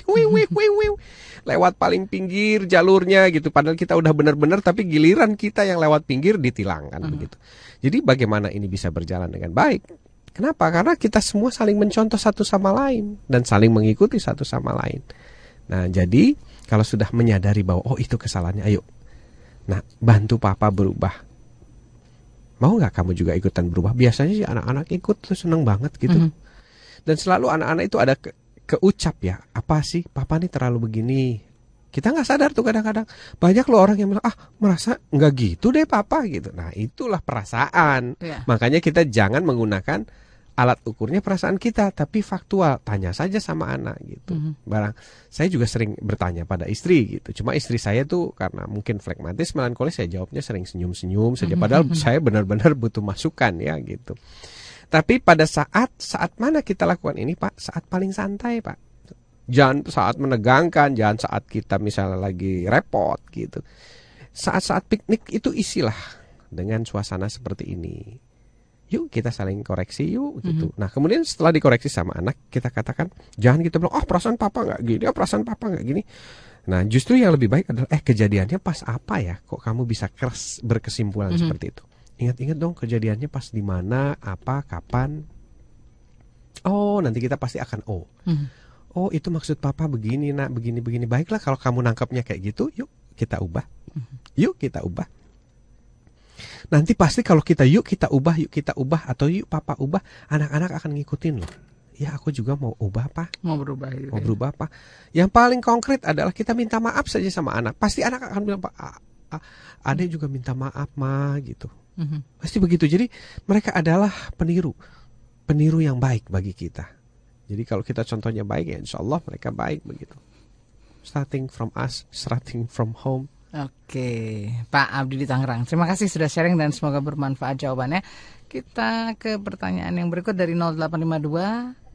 lewat paling pinggir jalurnya gitu. Padahal kita udah benar-benar, tapi giliran kita yang lewat pinggir ditilang kan begitu. Jadi bagaimana ini bisa berjalan dengan baik? Kenapa? Karena kita semua saling mencontoh satu sama lain dan saling mengikuti satu sama lain. Nah, jadi kalau sudah menyadari bahwa itu kesalahannya, ayo. Nah, bantu papa berubah. Mau nggak kamu juga ikutan berubah? Biasanya sih anak-anak ikut tuh seneng banget gitu. Dan selalu anak-anak itu ada keucap ya. Apa sih? Papa nih terlalu begini. Kita nggak sadar tuh kadang-kadang. Banyak loh orang yang bilang, merasa nggak gitu deh papa gitu. Nah, itulah perasaan. Makanya kita jangan menggunakan alat ukurnya perasaan kita, tapi faktual. Tanya saja sama anak gitu. Saya juga sering bertanya pada istri gitu. Cuma istri saya tuh karena mungkin flegmatis, melankolis, saya jawabnya sering senyum-senyum saja. Padahal saya benar-benar butuh masukan ya gitu. Tapi pada saat mana kita lakukan ini, Pak? Saat paling santai, Pak. Jangan saat menegangkan, jangan saat kita misalnya lagi repot gitu. Saat-saat piknik itu isilah dengan suasana seperti ini. Yuk kita saling koreksi yuk gitu. Nah, kemudian setelah dikoreksi sama anak, kita katakan, jangan kita bilang, perasaan papa nggak gini, perasaan papa nggak gini. Nah, justru yang lebih baik adalah, kejadiannya pas apa ya? Kok kamu bisa berkesimpulan seperti itu? Ingat-ingat dong kejadiannya pas di mana, apa, kapan. Oh, nanti kita pasti akan oh itu maksud papa begini nak, begini. Baiklah kalau kamu nangkapnya kayak gitu, yuk kita ubah. Yuk kita ubah. Nanti pasti kalau kita yuk kita ubah atau yuk papa ubah, anak-anak akan ngikutin loh. Ya aku juga mau ubah Pak. Mau berubah Pak. Yang paling konkret adalah kita minta maaf saja sama anak. Pasti anak akan bilang, Pak, adek juga minta maaf Ma gitu. Pasti begitu. Jadi mereka adalah peniru yang baik bagi kita. Jadi kalau kita contohnya baik, ya insya Allah mereka baik begitu. Starting from us, starting from home. Oke, Pak Abdi di Tangerang. Terima kasih sudah sharing dan semoga bermanfaat jawabannya. Kita ke pertanyaan yang berikut dari 0852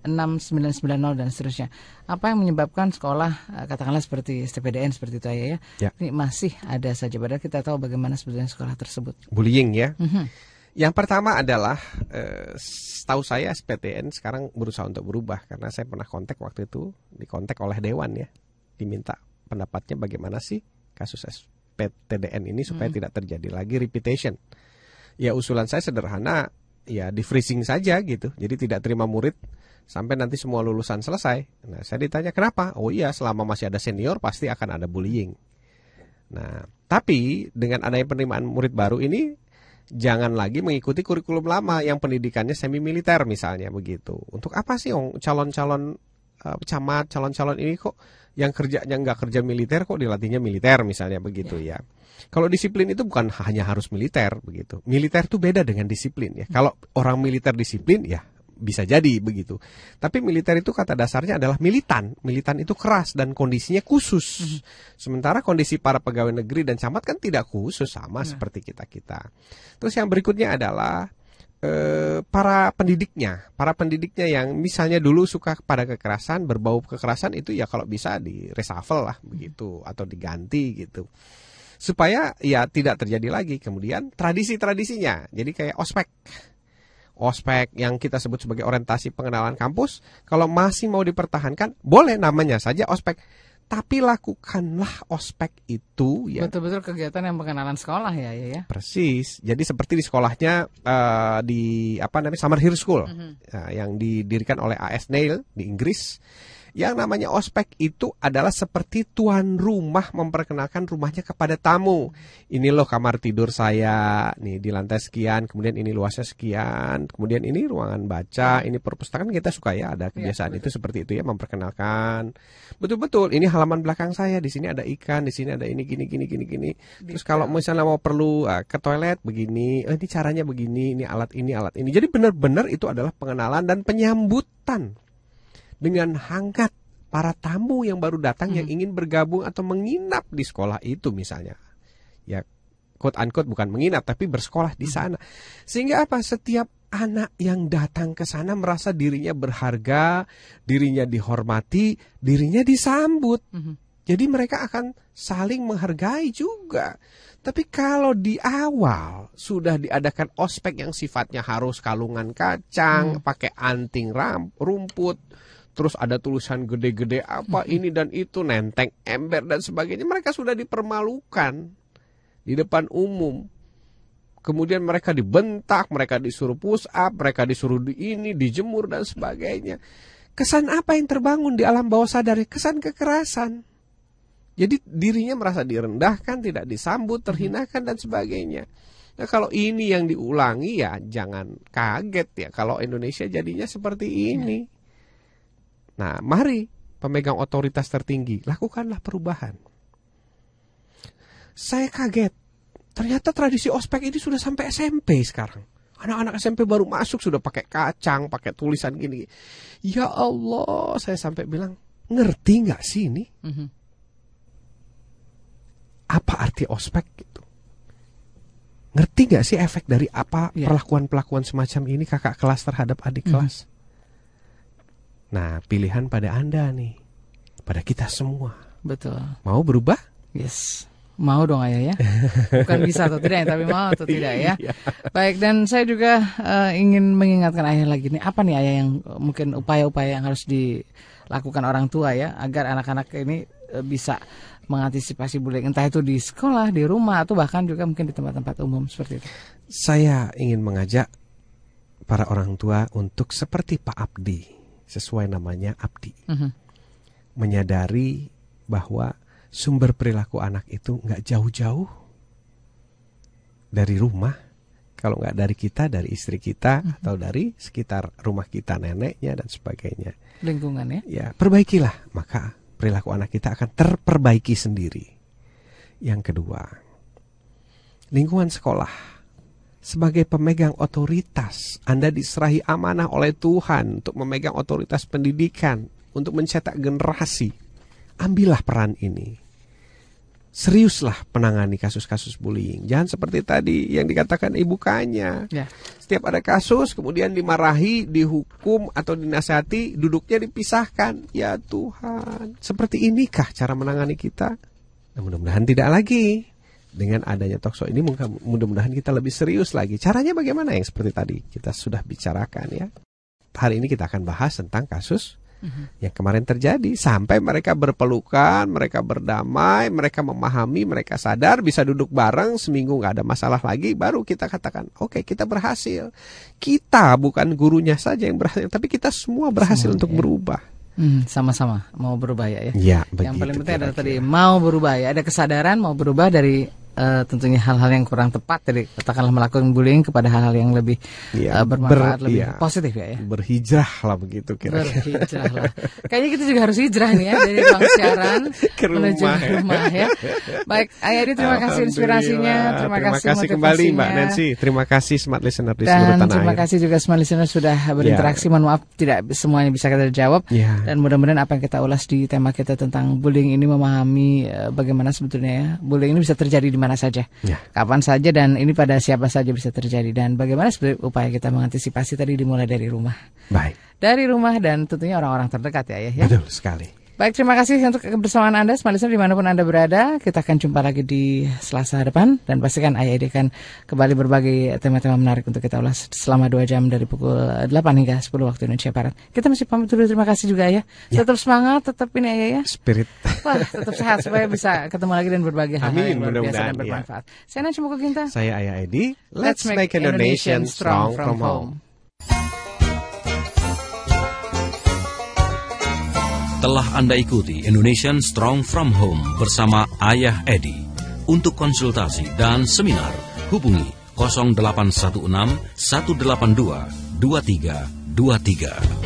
6990 dan seterusnya. Apa yang menyebabkan sekolah katakanlah seperti STPDN seperti itu ya, ini masih ada saja, padahal kita tahu bagaimana sebetulnya sekolah tersebut. Bullying ya. Yang pertama adalah setahu saya SPTN sekarang berusaha untuk berubah, karena saya pernah kontak waktu itu, dikontak oleh Dewan ya, diminta pendapatnya bagaimana sih kasus SPTDN ini supaya tidak terjadi lagi repetition. Ya usulan saya sederhana, ya di freezing saja gitu, jadi tidak terima murid sampai nanti semua lulusan selesai. Nah saya ditanya kenapa? Oh iya, selama masih ada senior pasti akan ada bullying. Nah tapi dengan adanya penerimaan murid baru ini, jangan lagi mengikuti kurikulum lama yang pendidikannya semi militer misalnya begitu. Untuk apa sih calon-calon pecamat, calon-calon ini kok yang kerjanya nggak kerja militer kok dilatihnya militer misalnya begitu ya. Kalau disiplin itu bukan hanya harus militer begitu. Militer itu beda dengan disiplin ya. Kalau orang militer disiplin ya bisa jadi begitu. Tapi militer itu kata dasarnya adalah militan. Militan itu keras dan kondisinya khusus. Sementara kondisi para pegawai negeri dan camat kan tidak khusus, sama seperti kita-kita. Terus yang berikutnya adalah para pendidiknya yang misalnya dulu suka pada kekerasan, berbau kekerasan itu ya kalau bisa di reshuffle lah begitu atau diganti gitu. Supaya ya tidak terjadi lagi. Kemudian tradisi-tradisinya. Jadi kayak ospek yang kita sebut sebagai orientasi pengenalan kampus, kalau masih mau dipertahankan, boleh namanya saja ospek. Tapi lakukanlah ospek itu ya. Betul-betul kegiatan yang pengenalan sekolah ya. Persis. Jadi seperti di sekolahnya di Summerhill School, yang didirikan oleh A.S. Neil di Inggris. Yang namanya ospek itu adalah seperti tuan rumah memperkenalkan rumahnya kepada tamu. Ini loh kamar tidur saya, nih di lantai sekian, kemudian ini luasnya sekian, kemudian ini ruangan baca, ini perpustakaan. Kita suka ya ada kebiasaan itu seperti itu ya, memperkenalkan. Betul-betul, ini halaman belakang saya, di sini ada ikan, di sini ada ini gini. Terus kalau misalnya mau perlu ke toilet begini, ini caranya begini, ini alat ini. Jadi benar-benar itu adalah pengenalan dan penyambutan dengan hangat para tamu yang baru datang yang ingin bergabung atau menginap di sekolah itu misalnya. Ya, quote unquote bukan menginap tapi bersekolah di sana. Sehingga apa? Setiap anak yang datang ke sana merasa dirinya berharga, dirinya dihormati, dirinya disambut. Jadi mereka akan saling menghargai juga. Tapi kalau di awal sudah diadakan ospek yang sifatnya harus kalungan kacang, pakai anting rumput, terus ada tulisan gede-gede apa ini dan itu, nenteng ember dan sebagainya. Mereka sudah dipermalukan di depan umum. Kemudian mereka dibentak, mereka disuruh push up, mereka disuruh dijemur dan sebagainya. Kesan apa yang terbangun di alam bawah sadar? Kesan kekerasan. Jadi dirinya merasa direndahkan, tidak disambut, terhinakan dan sebagainya. Nah kalau ini yang diulangi ya jangan kaget ya kalau Indonesia jadinya seperti ini. Nah, mari pemegang otoritas tertinggi, lakukanlah perubahan. Saya kaget, ternyata tradisi ospek ini sudah sampai SMP sekarang. Anak-anak SMP baru masuk sudah pakai kacang, pakai tulisan gini. Ya Allah, saya sampai bilang, ngerti gak sih ini? Apa arti ospek gitu? Ngerti gak sih efek dari apa perlakuan-perlakuan semacam ini kakak kelas terhadap adik kelas? Nah, pilihan pada Anda nih, pada kita semua. Betul. Mau berubah? Yes. Mau dong ayah ya. Bukan bisa atau tidak, tapi mau atau tidak ya. Baik, dan saya juga ingin mengingatkan ayah lagi nih, apa nih ayah yang mungkin upaya-upaya yang harus dilakukan orang tua ya, agar anak-anak ini bisa mengantisipasi bullying, entah itu di sekolah, di rumah, atau bahkan juga mungkin di tempat-tempat umum seperti itu. Saya ingin mengajak para orang tua untuk seperti Pak Abdi. Sesuai namanya abdi, menyadari bahwa sumber perilaku anak itu nggak jauh-jauh dari rumah, kalau nggak dari kita, dari istri kita, atau dari sekitar rumah kita, neneknya dan sebagainya. Lingkungan ya? Ya, perbaikilah, maka perilaku anak kita akan terperbaiki sendiri. Yang kedua, lingkungan sekolah. Sebagai pemegang otoritas, Anda diserahi amanah oleh Tuhan untuk memegang otoritas pendidikan, untuk mencetak generasi. Ambillah peran ini. seriuslah penangani kasus-kasus bullying. Jangan seperti tadi yang dikatakan Ibu Kanya. Setiap ada kasus kemudian dimarahi, dihukum atau dinasihati, duduknya dipisahkan. Ya Tuhan, seperti inikah cara menangani kita? Nah, mudah-mudahan tidak lagi. Dengan adanya talkshow ini mudah-mudahan kita lebih serius lagi. Caranya bagaimana yang seperti tadi kita sudah bicarakan ya. Hari ini kita akan bahas tentang kasus yang kemarin terjadi, sampai mereka berpelukan, mereka berdamai, mereka memahami, mereka sadar bisa duduk bareng seminggu nggak ada masalah lagi, baru kita katakan oke, kita berhasil. Kita bukan gurunya saja yang berhasil, tapi kita semua berhasil untuk berubah. Sama-sama mau berubah ya. Yang paling penting adalah tadi mau berubah ya, ada kesadaran mau berubah dari tentunya hal-hal yang kurang tepat, jadi katakanlah melakukan bullying kepada hal-hal yang lebih bermanfaat, lebih positif ya. Berhijrah lah begitu kira-kira. Berhijrah lah. Kayaknya kita juga harus hijrah nih ya dari ruang siaran menuju rumah ya. Baik, Ayadi terima kasih inspirasinya, terima kasih kembali Mbak Nancy, terima kasih smart listener di seluruh tanah air. Dan terima kasih juga smart listener sudah berinteraksi. Mohon maaf tidak semuanya bisa kita jawab. Dan mudah-mudahan apa yang kita ulas di tema kita tentang bullying ini memahami bagaimana sebetulnya ya bullying ini bisa terjadi di mana saja, kapan saja, dan ini pada siapa saja bisa terjadi, dan bagaimana sebenarnya upaya kita mengantisipasi tadi dimulai dari rumah. Dari rumah dan tentunya orang-orang terdekat ya. Betul sekali. Baik, terima kasih untuk kebersamaan Anda, smart listener dimanapun Anda berada. Kita akan jumpa lagi di Selasa depan, dan pastikan Ayah Edi akan kembali berbagi tema-tema menarik untuk kita ulas selama 2 jam dari pukul 8 hingga 10 waktu Indonesia Barat. Kita mesti pamit dulu, terima kasih juga ya. Tetap semangat, tetap ini Ayah ya. Spirit. Wah, tetap sehat supaya bisa ketemu lagi dan berbagi hal-hal yang luar biasa dan bermanfaat. Saya Nancy Mukoginta. Saya Ayah Edi. Let's make Indonesia strong from home. Telah Anda ikuti Indonesian Strong From Home bersama Ayah Edi. Untuk konsultasi dan seminar, hubungi 0816 182 2323.